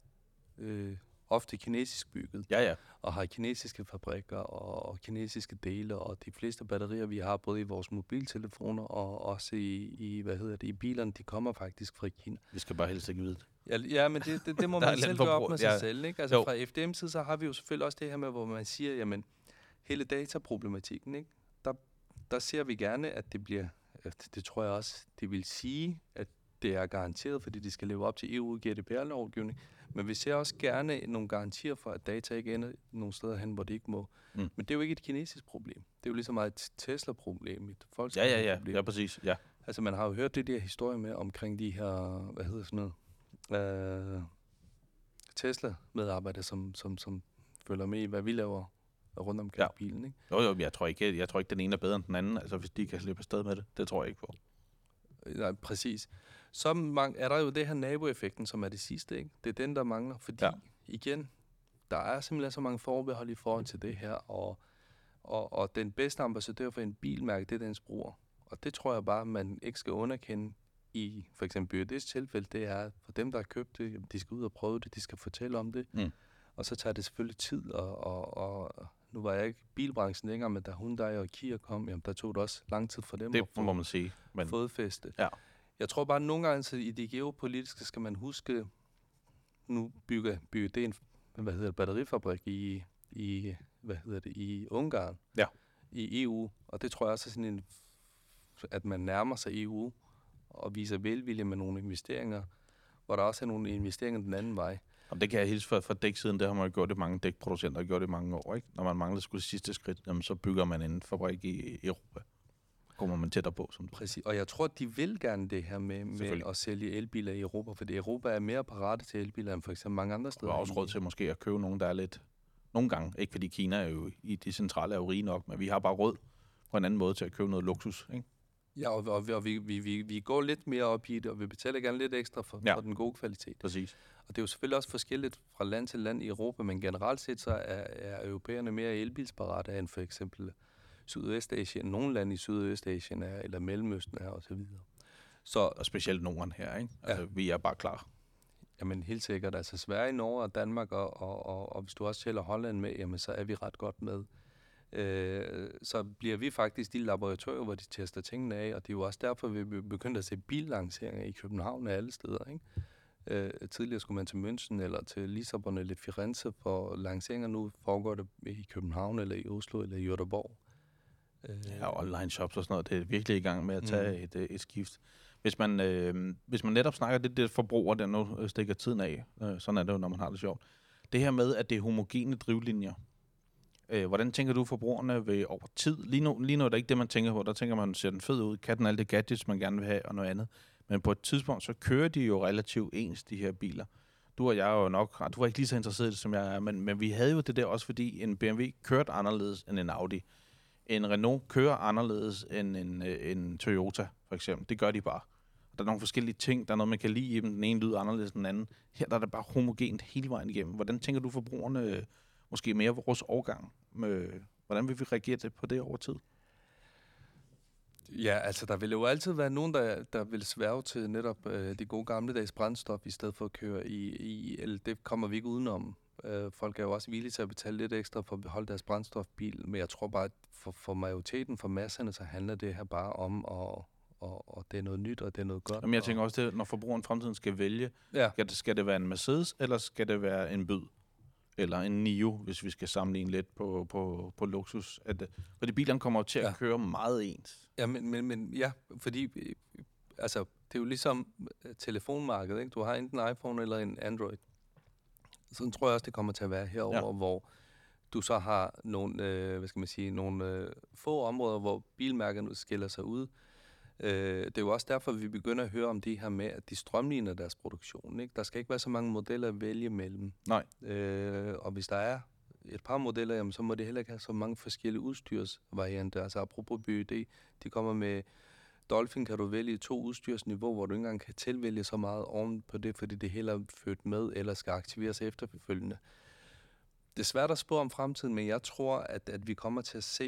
øh, ofte kinesisk bygget. Ja, ja. Og har kinesiske fabrikker og, og kinesiske dele, og de fleste batterier, vi har både i vores mobiltelefoner og også i, i hvad hedder det, i bilerne, de kommer faktisk fra Kina. Vi skal bare helst ikke vide det. Ja, ja, men det, det, det må man selv gøre op med sig ja. selv, ikke? Altså jo. Fra F D M's side, så har vi jo selvfølgelig også det her med, hvor man siger, jamen, hele dataproblematikken, ikke? Der, der ser vi gerne, at det bliver, det tror jeg også, det vil sige, at det er garanteret, fordi de skal leve op til E U G D P R-lovgivning. Men vi ser også gerne nogle garantier for, at data ikke ender nogle steder hen, hvor det ikke må. Mm. Men det er jo ikke et kinesisk problem. Det er jo ligesom et Tesla-problem, et Volkswagen ja, ja, ja. problem. Ja, præcis. Ja. Altså, man har jo hørt det der historie med omkring de her, hvad hedder sådan noget, øh, Tesla-medarbejdere, som, som, som følger med i, hvad vi laver rundt omkring ja. bilen, ikke? Jo, jo, jeg tror ikke, jeg tror ikke, den ene er bedre end den anden, altså hvis de kan slippe afsted med det. Det tror jeg ikke på. Nej, præcis. Så mang- er der jo det her naboeffekten, som er det sidste, ikke? Det er den, der mangler, fordi ja. igen, der er simpelthen så mange forbehold i forhold til det her, og, og, og den bedste ambassadør for en bilmærke, det er dens bruger. Og det tror jeg bare, man ikke skal underkende i for eksempel B Y D's tilfælde, det er for dem, der har købt det, jamen, de skal ud og prøve det, de skal fortælle om det, mm. og så tager det selvfølgelig tid, og, og, og nu var jeg ikke i bilbranchen længere, men da Hyundai og Kia kom, jamen, der tog det også lang tid for dem det at få må man sige, men fodfæste. Ja. Jeg tror bare, at nogle gange så i det geopolitiske skal man huske, nu bygger B Y D en hvad hedder det, batterifabrik i, i, hvad hedder det, i Ungarn, ja. i E U, og det tror jeg også er sådan en, at man nærmer sig E U og viser velvilje med nogle investeringer, hvor der også er nogle investeringer den anden vej. Og det kan jeg hilse fra, fra dæksiden, det har man jo gjort det mange dækproducenter, har gjort det i mange år, ikke? Når man mangler skulle det sidste skridt, jamen, så bygger man en fabrik i Europa. Kommer man tættere på, som du. Præcis, og jeg tror, at de vil gerne det her med, med at sælge elbiler i Europa, fordi Europa er mere parate til elbiler end for eksempel mange andre steder. Du har også råd til måske at købe nogen, der er lidt, nogle gange, ikke fordi Kina er jo i de centrale er jo rige nok, men vi har bare råd på en anden måde til at købe noget luksus, ikke? Ja, og, og, og vi, vi, vi, vi går lidt mere op i det, og vi betaler gerne lidt ekstra for, ja. for den gode kvalitet. Præcis. Og det er jo selvfølgelig også forskelligt fra land til land i Europa, men generelt set så er, er europæerne mere elbilsparate end for eksempel Sydøstasien, nogle lande i Sydøstasien er, eller Mellemøsten er, og så videre. Så, og specielt Norden her, ikke? Altså, ja. Vi er bare klar. Jamen, helt sikkert. Altså, Sverige, Norge og Danmark, og, og, og, og hvis du også tæller Holland med, jamen, så er vi ret godt med. Øh, så bliver vi faktisk de laboratorier, hvor de tester tingene af, og det er jo også derfor, vi begyndte at se billanceringer i København og alle steder, ikke? Øh, tidligere skulle man til München eller til Lissabon eller Firenze, for lanceringer nu foregår det i København eller i Oslo eller i Göteborg. Ja, online shops og sådan noget, det er virkelig i gang med at tage mm. et, et skift. Hvis man, øh, hvis man netop snakker det, det forbruger, der nu stikker tiden af, øh, sådan er det jo, når man har det sjovt. Det her med, at det er homogene drivlinjer. Øh, hvordan tænker du forbrugerne ved over tid? Lige nu, lige nu er det ikke det, man tænker på. Der tænker man, ser den fed ud, kan den alle de gadgets, man gerne vil have, og noget andet. Men på et tidspunkt, så kører de jo relativt ens, de her biler. Du og jeg er jo nok, du var ikke lige så interesseret i det, som jeg er, men, men vi havde jo det der også, fordi en B M W kørte anderledes end en Audi. En Renault kører anderledes end en, en Toyota, for eksempel. Det gør de bare. Der er nogle forskellige ting, der er noget, man kan lide i dem. Den ene lyder anderledes end den anden. Her der er det bare homogent hele vejen igennem. Hvordan tænker du forbrugerne, måske mere vores årgang? Hvordan vil vi reagere på det over tid? Ja, altså der vil jo altid være nogen, der, der vil sværge til netop øh, de gode gammeldags brændstof, i stedet for at køre i, i el. Det kommer vi ikke udenom. Øh, folk er jo også villige til at betale lidt ekstra for at beholde deres brændstofbil, men jeg tror bare, at for, for majoriteten, for masserne, så handler det her bare om, at, og, og det er noget nyt, og det er noget godt. Jamen jeg tænker også, at når forbrugeren fremtiden skal vælge, ja. skal, det, skal det være en Mercedes, eller skal det være en Byd? Eller en Nio, hvis vi skal sammenligne lidt på, på, på luksus. At, fordi bilerne kommer jo til at ja. køre meget ens. Ja, men, men, men ja, fordi altså, det er jo ligesom telefonmarkedet, ikke? Du har enten en iPhone eller en Android. Sådan tror jeg også, det kommer til at være herover, ja. hvor du så har nogle, øh, hvad skal man sige, nogle øh, få områder, hvor bilmærkerne skiller sig ud. Øh, det er jo også derfor, vi begynder at høre om det her med, at de strømligner deres produktion, ikke? Der skal ikke være så mange modeller at vælge mellem. Nej. Øh, og hvis der er et par modeller, jamen, så må det heller ikke have så mange forskellige udstyrsvarianter. Altså apropos B Y D, de kommer med Dolphin, kan du vælge to udstyrsniveau, hvor du ikke engang kan tilvælge så meget oven på det, fordi det hele er født med, eller skal aktiveres efterfølgende. Det er svært at spå om fremtiden, men jeg tror, at, at vi kommer til at se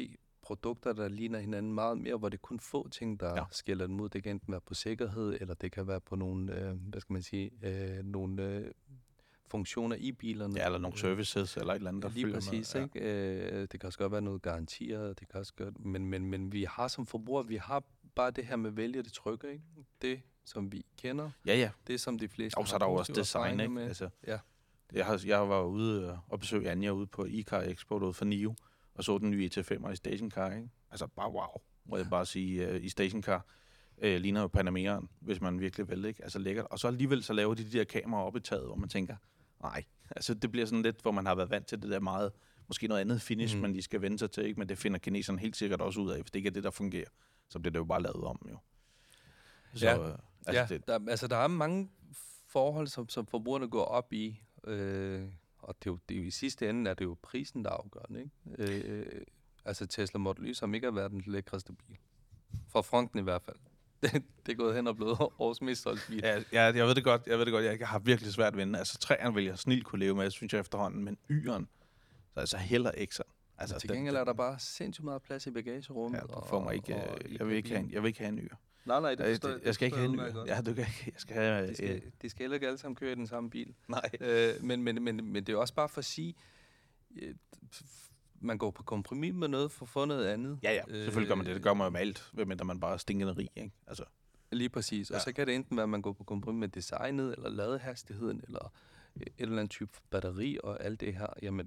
produkter, der ligner hinanden meget mere, hvor det er kun få ting, der ja. skiller dem ud. Det kan enten være på sikkerhed, eller det kan være på nogle, øh, hvad skal man sige, øh, nogle øh, funktioner i bilerne. Ja, eller nogle services, eller et eller andet, der lige følger præcis, med. Ja. Ikke? Øh, det kan også godt være noget garantier, det kan også godt, men, men, men vi har som forbrugere, vi har bare det her med vælge det trygge, ikke? Det, som vi kender. Ja, ja. Det, som de fleste og så er der jo også design, ikke? Altså, ja. Jeg, har, jeg var ude og besøgte Anja ude på iCar Expo ude for Nio, og så den nye E T fem i stationcar, ikke? Altså bare wow, må jeg bare sige, uh, i stationcar uh, ligner jo Panamera'en, hvis man virkelig vil, ikke? Altså lækkert. Og så alligevel så laver de de der kameraer op i taget, hvor man tænker, nej, altså det bliver sådan lidt, hvor man har været vant til det der meget, måske noget andet finish, mm. man lige skal vende sig til, ikke? Men det finder kineserne helt sikkert også ud af, hvis det ikke er det, der fungerer. Så bliver det jo bare lavet om, jo. Så, ja, uh, altså, ja det, der, altså der er mange forhold, som, som forbrugerne går op i, øh, og det er, jo, det er jo i sidste ende, er det jo prisen, der er afgørende, ikke? Øh, altså Tesla Model Y, som ikke er verdens lækreste bil. Fra fronten i hvert fald. Det, det er gået hen og blevet årets mest solgte bil. Ja, ja, jeg ved det godt. Jeg ved det godt. Jeg har virkelig svært ved den. Altså, træerne vil jeg snilt kunne leve med, synes jeg efterhånden, men Y'eren, så altså heller ikke sådan. Altså, til gengæld er der bare sindssygt meget plads i bagagerummet. Ja, du får mig ikke, og, og jeg, vil ikke have en, jeg vil ikke have en Y'er. Nej, nej, det forstår jeg. Jeg skal ikke have en Y'er. Ja, du kan ikke. Jeg skal have... De skal, de skal heller ikke alle sammen køre i den samme bil. Nej. Øh, men, men, men, men det er også bare for at sige, øh, man går på kompromis med noget for at få noget andet. Ja, ja. Selvfølgelig gør man det. Det gør man jo med alt, medmindre man bare er stinkende rig, ikke? Altså. Lige præcis. Og ja. så kan det enten være, at man går på kompromis med designet, eller ladehastigheden, eller et eller andet type batteri, og alt det her. Jamen,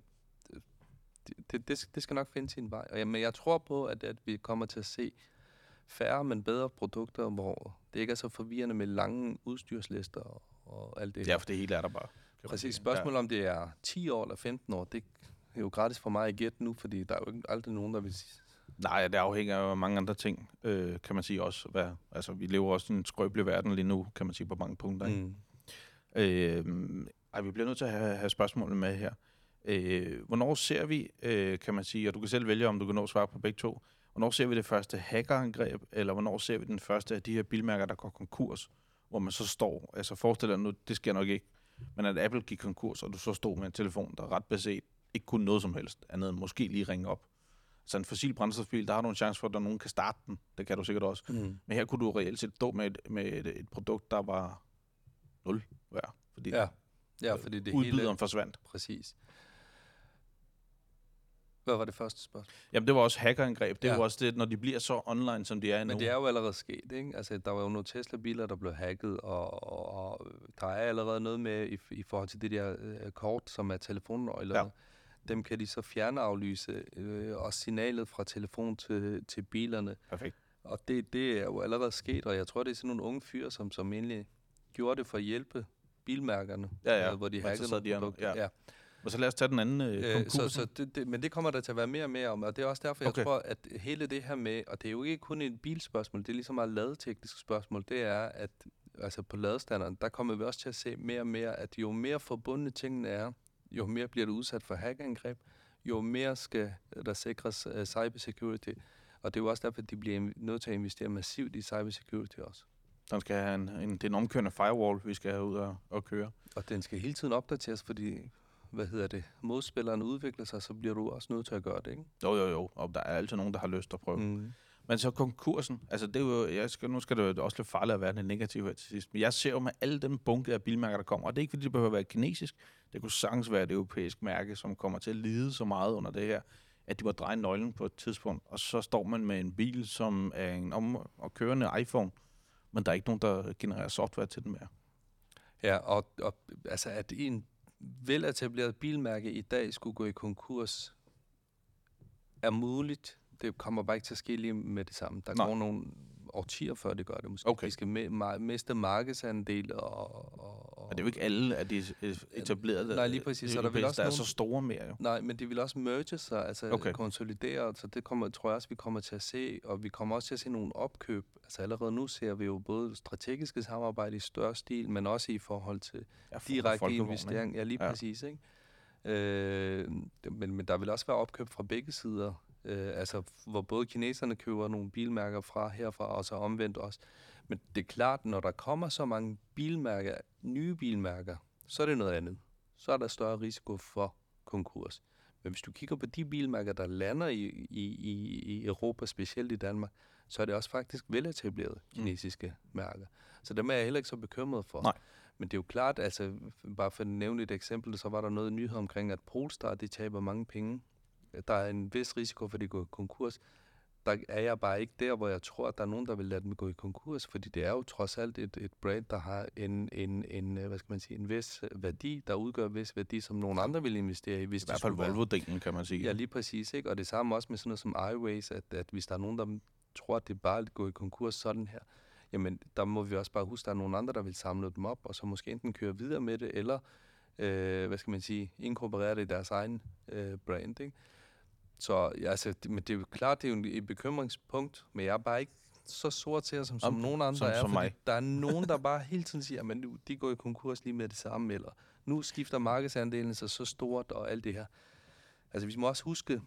det, det, det skal nok finde sin vej. Og jamen, jeg tror på, at, at vi kommer til at se færre, men bedre produkter, hvor det ikke er så forvirrende med lange udstyrslister og, og alt det her. Ja, for det hele er der bare. Præcis. Spørgsmålet ja. om det er ti år eller femten år, det er jo gratis for mig at gætte nu, fordi der er jo ikke aldrig nogen, der vil sige... Nej, det afhænger af mange andre ting, øh, kan man sige også. Hvad, altså, vi lever også i en skrøbelig verden lige nu, kan man sige, på mange punkter. Mm. Øh, ej, vi bliver nødt til at have, have spørgsmålet med her. Øh, hvornår ser vi, øh, kan man sige, og du kan selv vælge, om du kan nå at svare på begge to, hvornår ser vi det første hackerangreb, eller hvornår ser vi den første af de her bilmærker, der går konkurs, hvor man så står, altså forestil dig nu, det sker nok ikke, men at Apple gik konkurs, og du så stod med en telefon, der ret beset ikke kunne noget som helst, andet end måske lige ringe op. Så en fossil brændstofbil, der har du en chance for, at der nogen kan starte den. Det kan du sikkert også. Mm. Men her kunne du reelt set stå med et, med et, et produkt, der var nul værd. Fordi, ja. Ja, fordi det udbyderen hele... forsvandt. Præcis. Hvad var det første spørgsmål? Jamen, det var også hackerangreb. Det er ja. jo også det, når de bliver så online, som de er nu. Men det er jo allerede sket, ikke? Altså, der var jo nogle Tesla-biler, der blev hacket, og, og, og der er allerede noget med i, i forhold til det der øh, kort, som er telefonnøgler. Ja. Dem kan de så fjernaflyse, øh, og signalet fra telefon til, til bilerne. Perfekt. Og det, det er jo allerede sket, og jeg tror, det er sådan nogle unge fyre, som, som egentlig gjorde det for at hjælpe bilmærkerne, ja, ja. Øh, hvor de hackede nogle produkter. Ja. Ja. Og så lad os tage den anden øh, konkurs. Så, så det, det, men det kommer der til at være mere og mere om, og det er også derfor, jeg okay. tror, at hele det her med, og det er jo ikke kun et bilspørgsmål, det er ligesom meget ladeteknisk spørgsmål, det er, at altså på ladestanderen, der kommer vi også til at se mere og mere, at jo mere forbundne tingene er, jo mere bliver det udsat for hackerangreb, jo mere skal der sikres uh, cybersecurity, og det er jo også derfor, at de bliver nødt til at investere massivt i cybersecurity også. Den skal have en, en, det er en omkørende firewall, vi skal have ud og, og køre. Og den skal hele tiden opdateres, fordi hvad hedder det, modspilleren udvikler sig, så bliver du også nødt til at gøre det, ikke? Jo, jo, jo. Og der er altid nogen, der har lyst at prøve. Mm. Men så konkursen, altså det er jo, jeg skal, nu skal det jo også lidt farligt at være det negative her til sidst, men jeg ser jo med alle dem bunke af bilmærker, der kommer, og det er ikke, fordi det behøver at være kinesisk, det kunne sagtens være et europæisk mærke, som kommer til at lide så meget under det her, at de må dreje nøglen på et tidspunkt, og så står man med en bil, som er en om- og kørende iPhone, men der er ikke nogen, der genererer software til den mere. Ja, og, og altså at en veletableret bilmærke i dag skulle gå i konkurs, er muligt. Det kommer bare ikke til at ske lige med det samme. Der går nogle årtier før det gør det måske. Okay. Vi skal me- miste markedsandel og, og, og... Men det er jo ikke alle af de etablerede. Nej, lige præcis. Så der, vil også der nogle... er så store mere jo. Nej, men de vil også merge sig, altså okay. konsolidere, så det kommer, tror jeg også, vi kommer til at se, og vi kommer også til at se nogle opkøb. Altså allerede nu ser vi jo både strategiske samarbejde i større stil, men også i forhold til ja, for direkte investering. Ja, lige ja. præcis, ikke? Øh, men, men der vil også være opkøb fra begge sider. Øh, altså, hvor både kineserne køber nogle bilmærker fra herfra, og så omvendt også. Men det er klart, når der kommer så mange bilmærker, nye bilmærker, så er det noget andet. Så er der større risiko for konkurs. Men hvis du kigger på de bilmærker, der lander i, i, i, i Europa, specielt i Danmark, så er det også faktisk veletablerede kinesiske mm. mærker. Så dem er jeg heller ikke så bekymret for. Nej. Men det er jo klart, altså bare for at nævne et eksempel, så var der noget nyhed omkring, at Polestar, de taber mange penge. Der er en vis risiko for, at de går i konkurs. Der er jeg bare ikke der, hvor jeg tror, at der er nogen, der vil lade dem gå i konkurs, fordi det er jo trods alt et, et brand, der har en, en, en, hvad skal man sige, en vis værdi, der udgør en vis værdi, som nogen andre vil investere i. Hvis I hvert fald Volvo-delen, kan man sige. Ja, lige præcis, ikke? Og det samme også med sådan noget som iWays, at, at hvis der er nogen, der tror, at det bare vil gå i konkurs sådan her, jamen der må vi også bare huske, at der er nogen andre, der vil samle dem op, og så måske enten køre videre med det, eller, øh, hvad skal man sige, inkorporere det i deres egen øh, brand, ikke? Så ja, altså, det, men det er jo klart, det er jo et bekymringspunkt, men jeg er bare ikke så sort til som, som Om, nogen andre som, er, som fordi mig. der er nogen, der bare hele tiden siger, at de går i konkurs lige med det samme, eller nu skifter markedsandelen sig så stort, og alt det her. Altså, vi må også huske,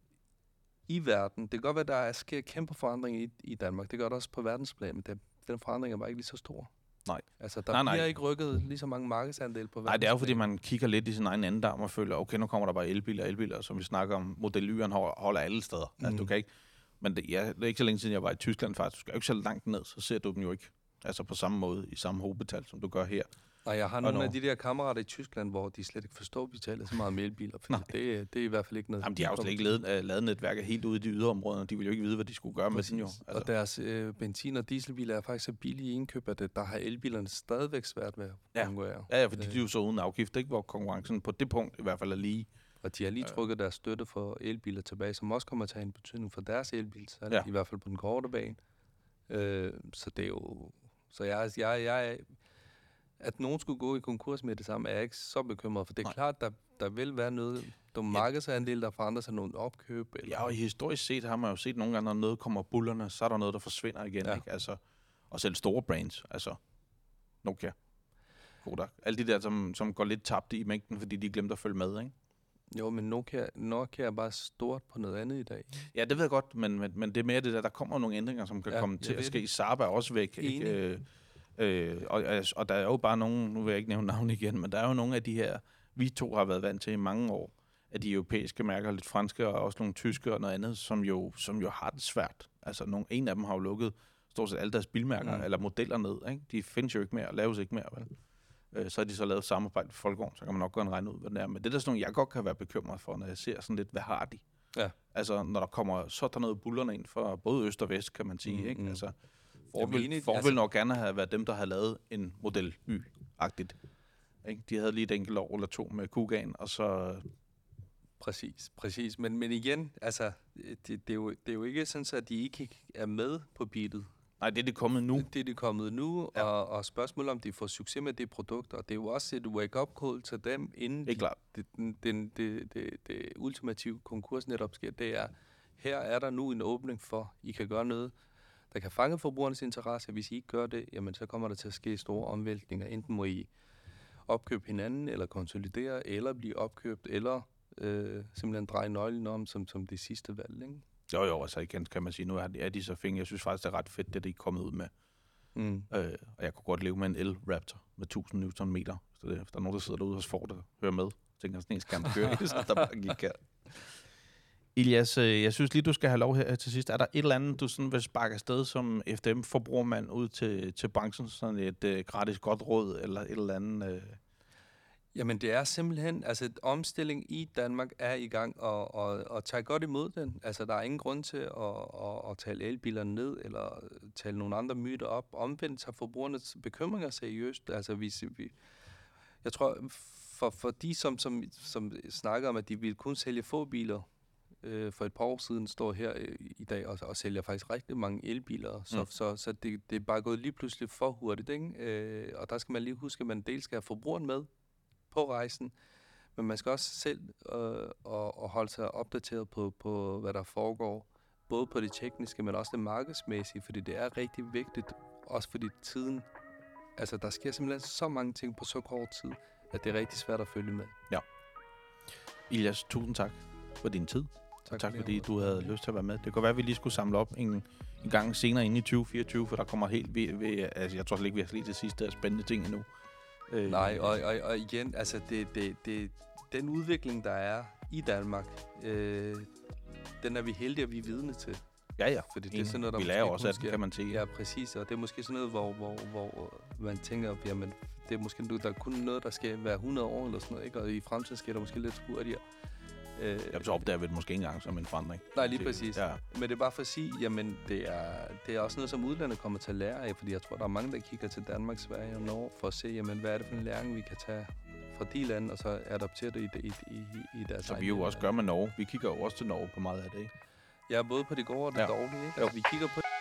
i verden, det kan godt være, der er sker kæmpe forandring i, i Danmark, det gør det også på verdensplan, men det, den forandring er bare ikke lige så stor. Nej. Altså, der nej, bliver nej. ikke rykket lige så mange markedsandel på verdensplan. Nej, det er jo fordi, man kigger lidt i sin egen andedam og føler, okay, nu kommer der bare elbiler og elbiler, som vi snakker om. Model Y'en holder alle steder. Mm. Altså, du kan ikke... Men det, ja, det er ikke så længe siden, jeg var i Tyskland faktisk. Du skal jo ikke så langt ned, så ser du dem jo ikke. Altså på samme måde, i samme hovedbetal, som du gør her. Nej, jeg har nogle af de der kammerater i Tyskland, hvor de slet ikke forstår, at vi taler så meget om elbiler. For det, det er i hvert fald ikke noget... Jamen, de har jo slet ikke lavet, lavet netværket helt ude i de yderområder. De vil jo ikke vide, hvad de skulle gøre Præcis. med den jo. Altså. Og deres øh, benzin- og dieselbiler er faktisk så billige i indkøb, at det, der har elbilerne stadigvæk svært ved at konkurrere. Ja, ja, fordi øh. de er jo så uden afgift, ikke? Hvor konkurrencen på det punkt i hvert fald er lige. Og de har lige trykket deres støtte for elbiler tilbage, som også kommer til at have en betydning for deres elbil, så ja. i hvert fald på den korte bane. Øh, så det er jo... Så jeg, jeg, jeg, at nogen skulle gå i konkurs med det samme, er jeg ikke så bekymret, for det er Nej. klart, der, der vil være noget, nogle markedsandel, der forandrer sig, nogle opkøb. Eller... Ja, og historisk set har man jo set nogle gange, når noget kommer bullerne, så er der noget, der forsvinder igen, ja. ikke? Altså, og selv store brands, altså Nokia, Kodak, alle de der, som, som går lidt tabt i mængden, fordi de glemte at følge med, ikke? Jo, men Nokia, Nokia er bare stort på noget andet i dag. Ja, det ved jeg godt, men, men, men det er mere det der, der kommer nogle ændringer, som kan ja, komme til at ske. Saab er også væk, ikke? Øh, øh, og, og der er jo bare nogle, nu vil jeg ikke nævne navn igen, men der er jo nogle af de her, vi to har været vant til i mange år, af de europæiske mærker, lidt franske og også nogle tyske og noget andet, som jo, som jo har det svært. Altså, nogle, en af dem har jo lukket stort set alle deres bilmærker, mm. eller modeller ned, ikke? De findes jo ikke mere, og laves ikke mere, vel? Så har de så lavet samarbejde med Folkevogn, så kan man nok gå en regne ud, hvad det er. Men det er der sådan nogle, jeg godt kan være bekymret for, når jeg ser sådan lidt, hvad har de? Ja. Altså, når der kommer så der noget bullerne ind fra både øst og vest, kan man sige, mm, ikke? Altså, Ford vil, Ford altså, vil nok gerne have været dem, der havde lavet en model Y-agtigt. Ikke? De havde lige et enkelt år eller to med Kugan, og så... Præcis, præcis. Men, men igen, altså, det, det, er jo, det er jo ikke sådan, at de ikke er med på beatet. Nej, det er det kommet nu. Det er det kommet nu, ja. og, og spørgsmålet om de får succes med det produkt, og det er jo også et wake-up call til dem, inden det, det, det, det, det, det, det ultimative konkurs netop sker. Det er, her er der nu en åbning for, I kan gøre noget, der kan fange forbrugernes interesse. Hvis I ikke gør det, jamen så kommer der til at ske store omvæltninger. Enten må I opkøbe hinanden, eller konsolidere, eller blive opkøbt, eller øh, simpelthen dreje nøglen om som, som det sidste valg, ikke? Jo, jo, altså igen kan man sige, nu er de, er de så fingre. Jeg synes faktisk, det er ret fedt, det de er kommet ud med. Mm. Øh, og jeg kunne godt leve med en El-Raptor med tusind newtonmeter. Så det, hvis der er nogen, der sidder derude hos Ford og hører med, tænker sådan en skal han køre, så der bare gik her. Ilias, jeg synes lige, du skal have lov her til sidst. Er der et eller andet, du sådan vil sparke afsted som F D M-forbrugermand ud til, til branchen? Sådan et uh, gratis godt råd eller et eller andet... Uh... Jamen det er simpelthen, altså omstilling i Danmark er i gang, og, og, og tage godt imod den. Altså der er ingen grund til at, at, at tale elbilerne ned, eller tale nogle andre myter op. Omvendt tager forbrugernes bekymringer seriøst. Altså vi, vi, jeg tror, for, for de som, som, som snakker om, at de vil kun sælge få biler, øh, for et par år siden står her øh, i dag og, og sælger faktisk rigtig mange elbiler. Så, mm. så, så det, det er bare gået lige pludselig for hurtigt, ikke? Øh, og der skal man lige huske, at man dels skal have forbrugeren med på rejsen, men man skal også selv øh, og, og holde sig opdateret på, på, hvad der foregår, både på det tekniske, men også det markedsmæssige, fordi det er rigtig vigtigt, også fordi tiden, altså der sker simpelthen så mange ting på så kort tid, at det er rigtig svært at følge med. Ja. Ilias, tusind tak for din tid. Tak, tak fordi du havde lyst til at være med. Det kan være, at vi lige skulle samle op en, en gang senere inde i tyve fireogtyve, for der kommer helt ved, ved altså jeg tror slet ikke, vi har set det sidste af spændende ting endnu. Øh, Nej, og, og, og igen, altså det, det, det, den udvikling, der er i Danmark, øh, den er vi heldige, at vi er vidne til. Ja, ja. Fordi det er sådan noget, der vi lærer måske også af kun den, kan man sige. Ja, præcis. Og det er måske sådan noget, hvor, hvor, hvor man tænker, jamen, det er måske der er kun noget, der skal være hundrede år eller sådan noget, ikke? Og i fremtiden sker der måske lidt hurtigere. Øh, ja, så opdager vi det måske ikke engang som en forandring. Nej, lige præcis. Ja. Men det er bare for at sige, jamen, det er, det er også noget, som udlandet kommer til at lære af, fordi jeg tror, der er mange, der kigger til Danmark, Sverige og Norge for at se, jamen, hvad er det for en læring, vi kan tage fra de lande, og så adoptere det i, i, i, i deres Så vi jo også gør med Norge. Vi kigger jo også til Norge på meget af det, ikke? Ja, både på det gode og det ja. dårlige, ikke? Altså, vi kigger på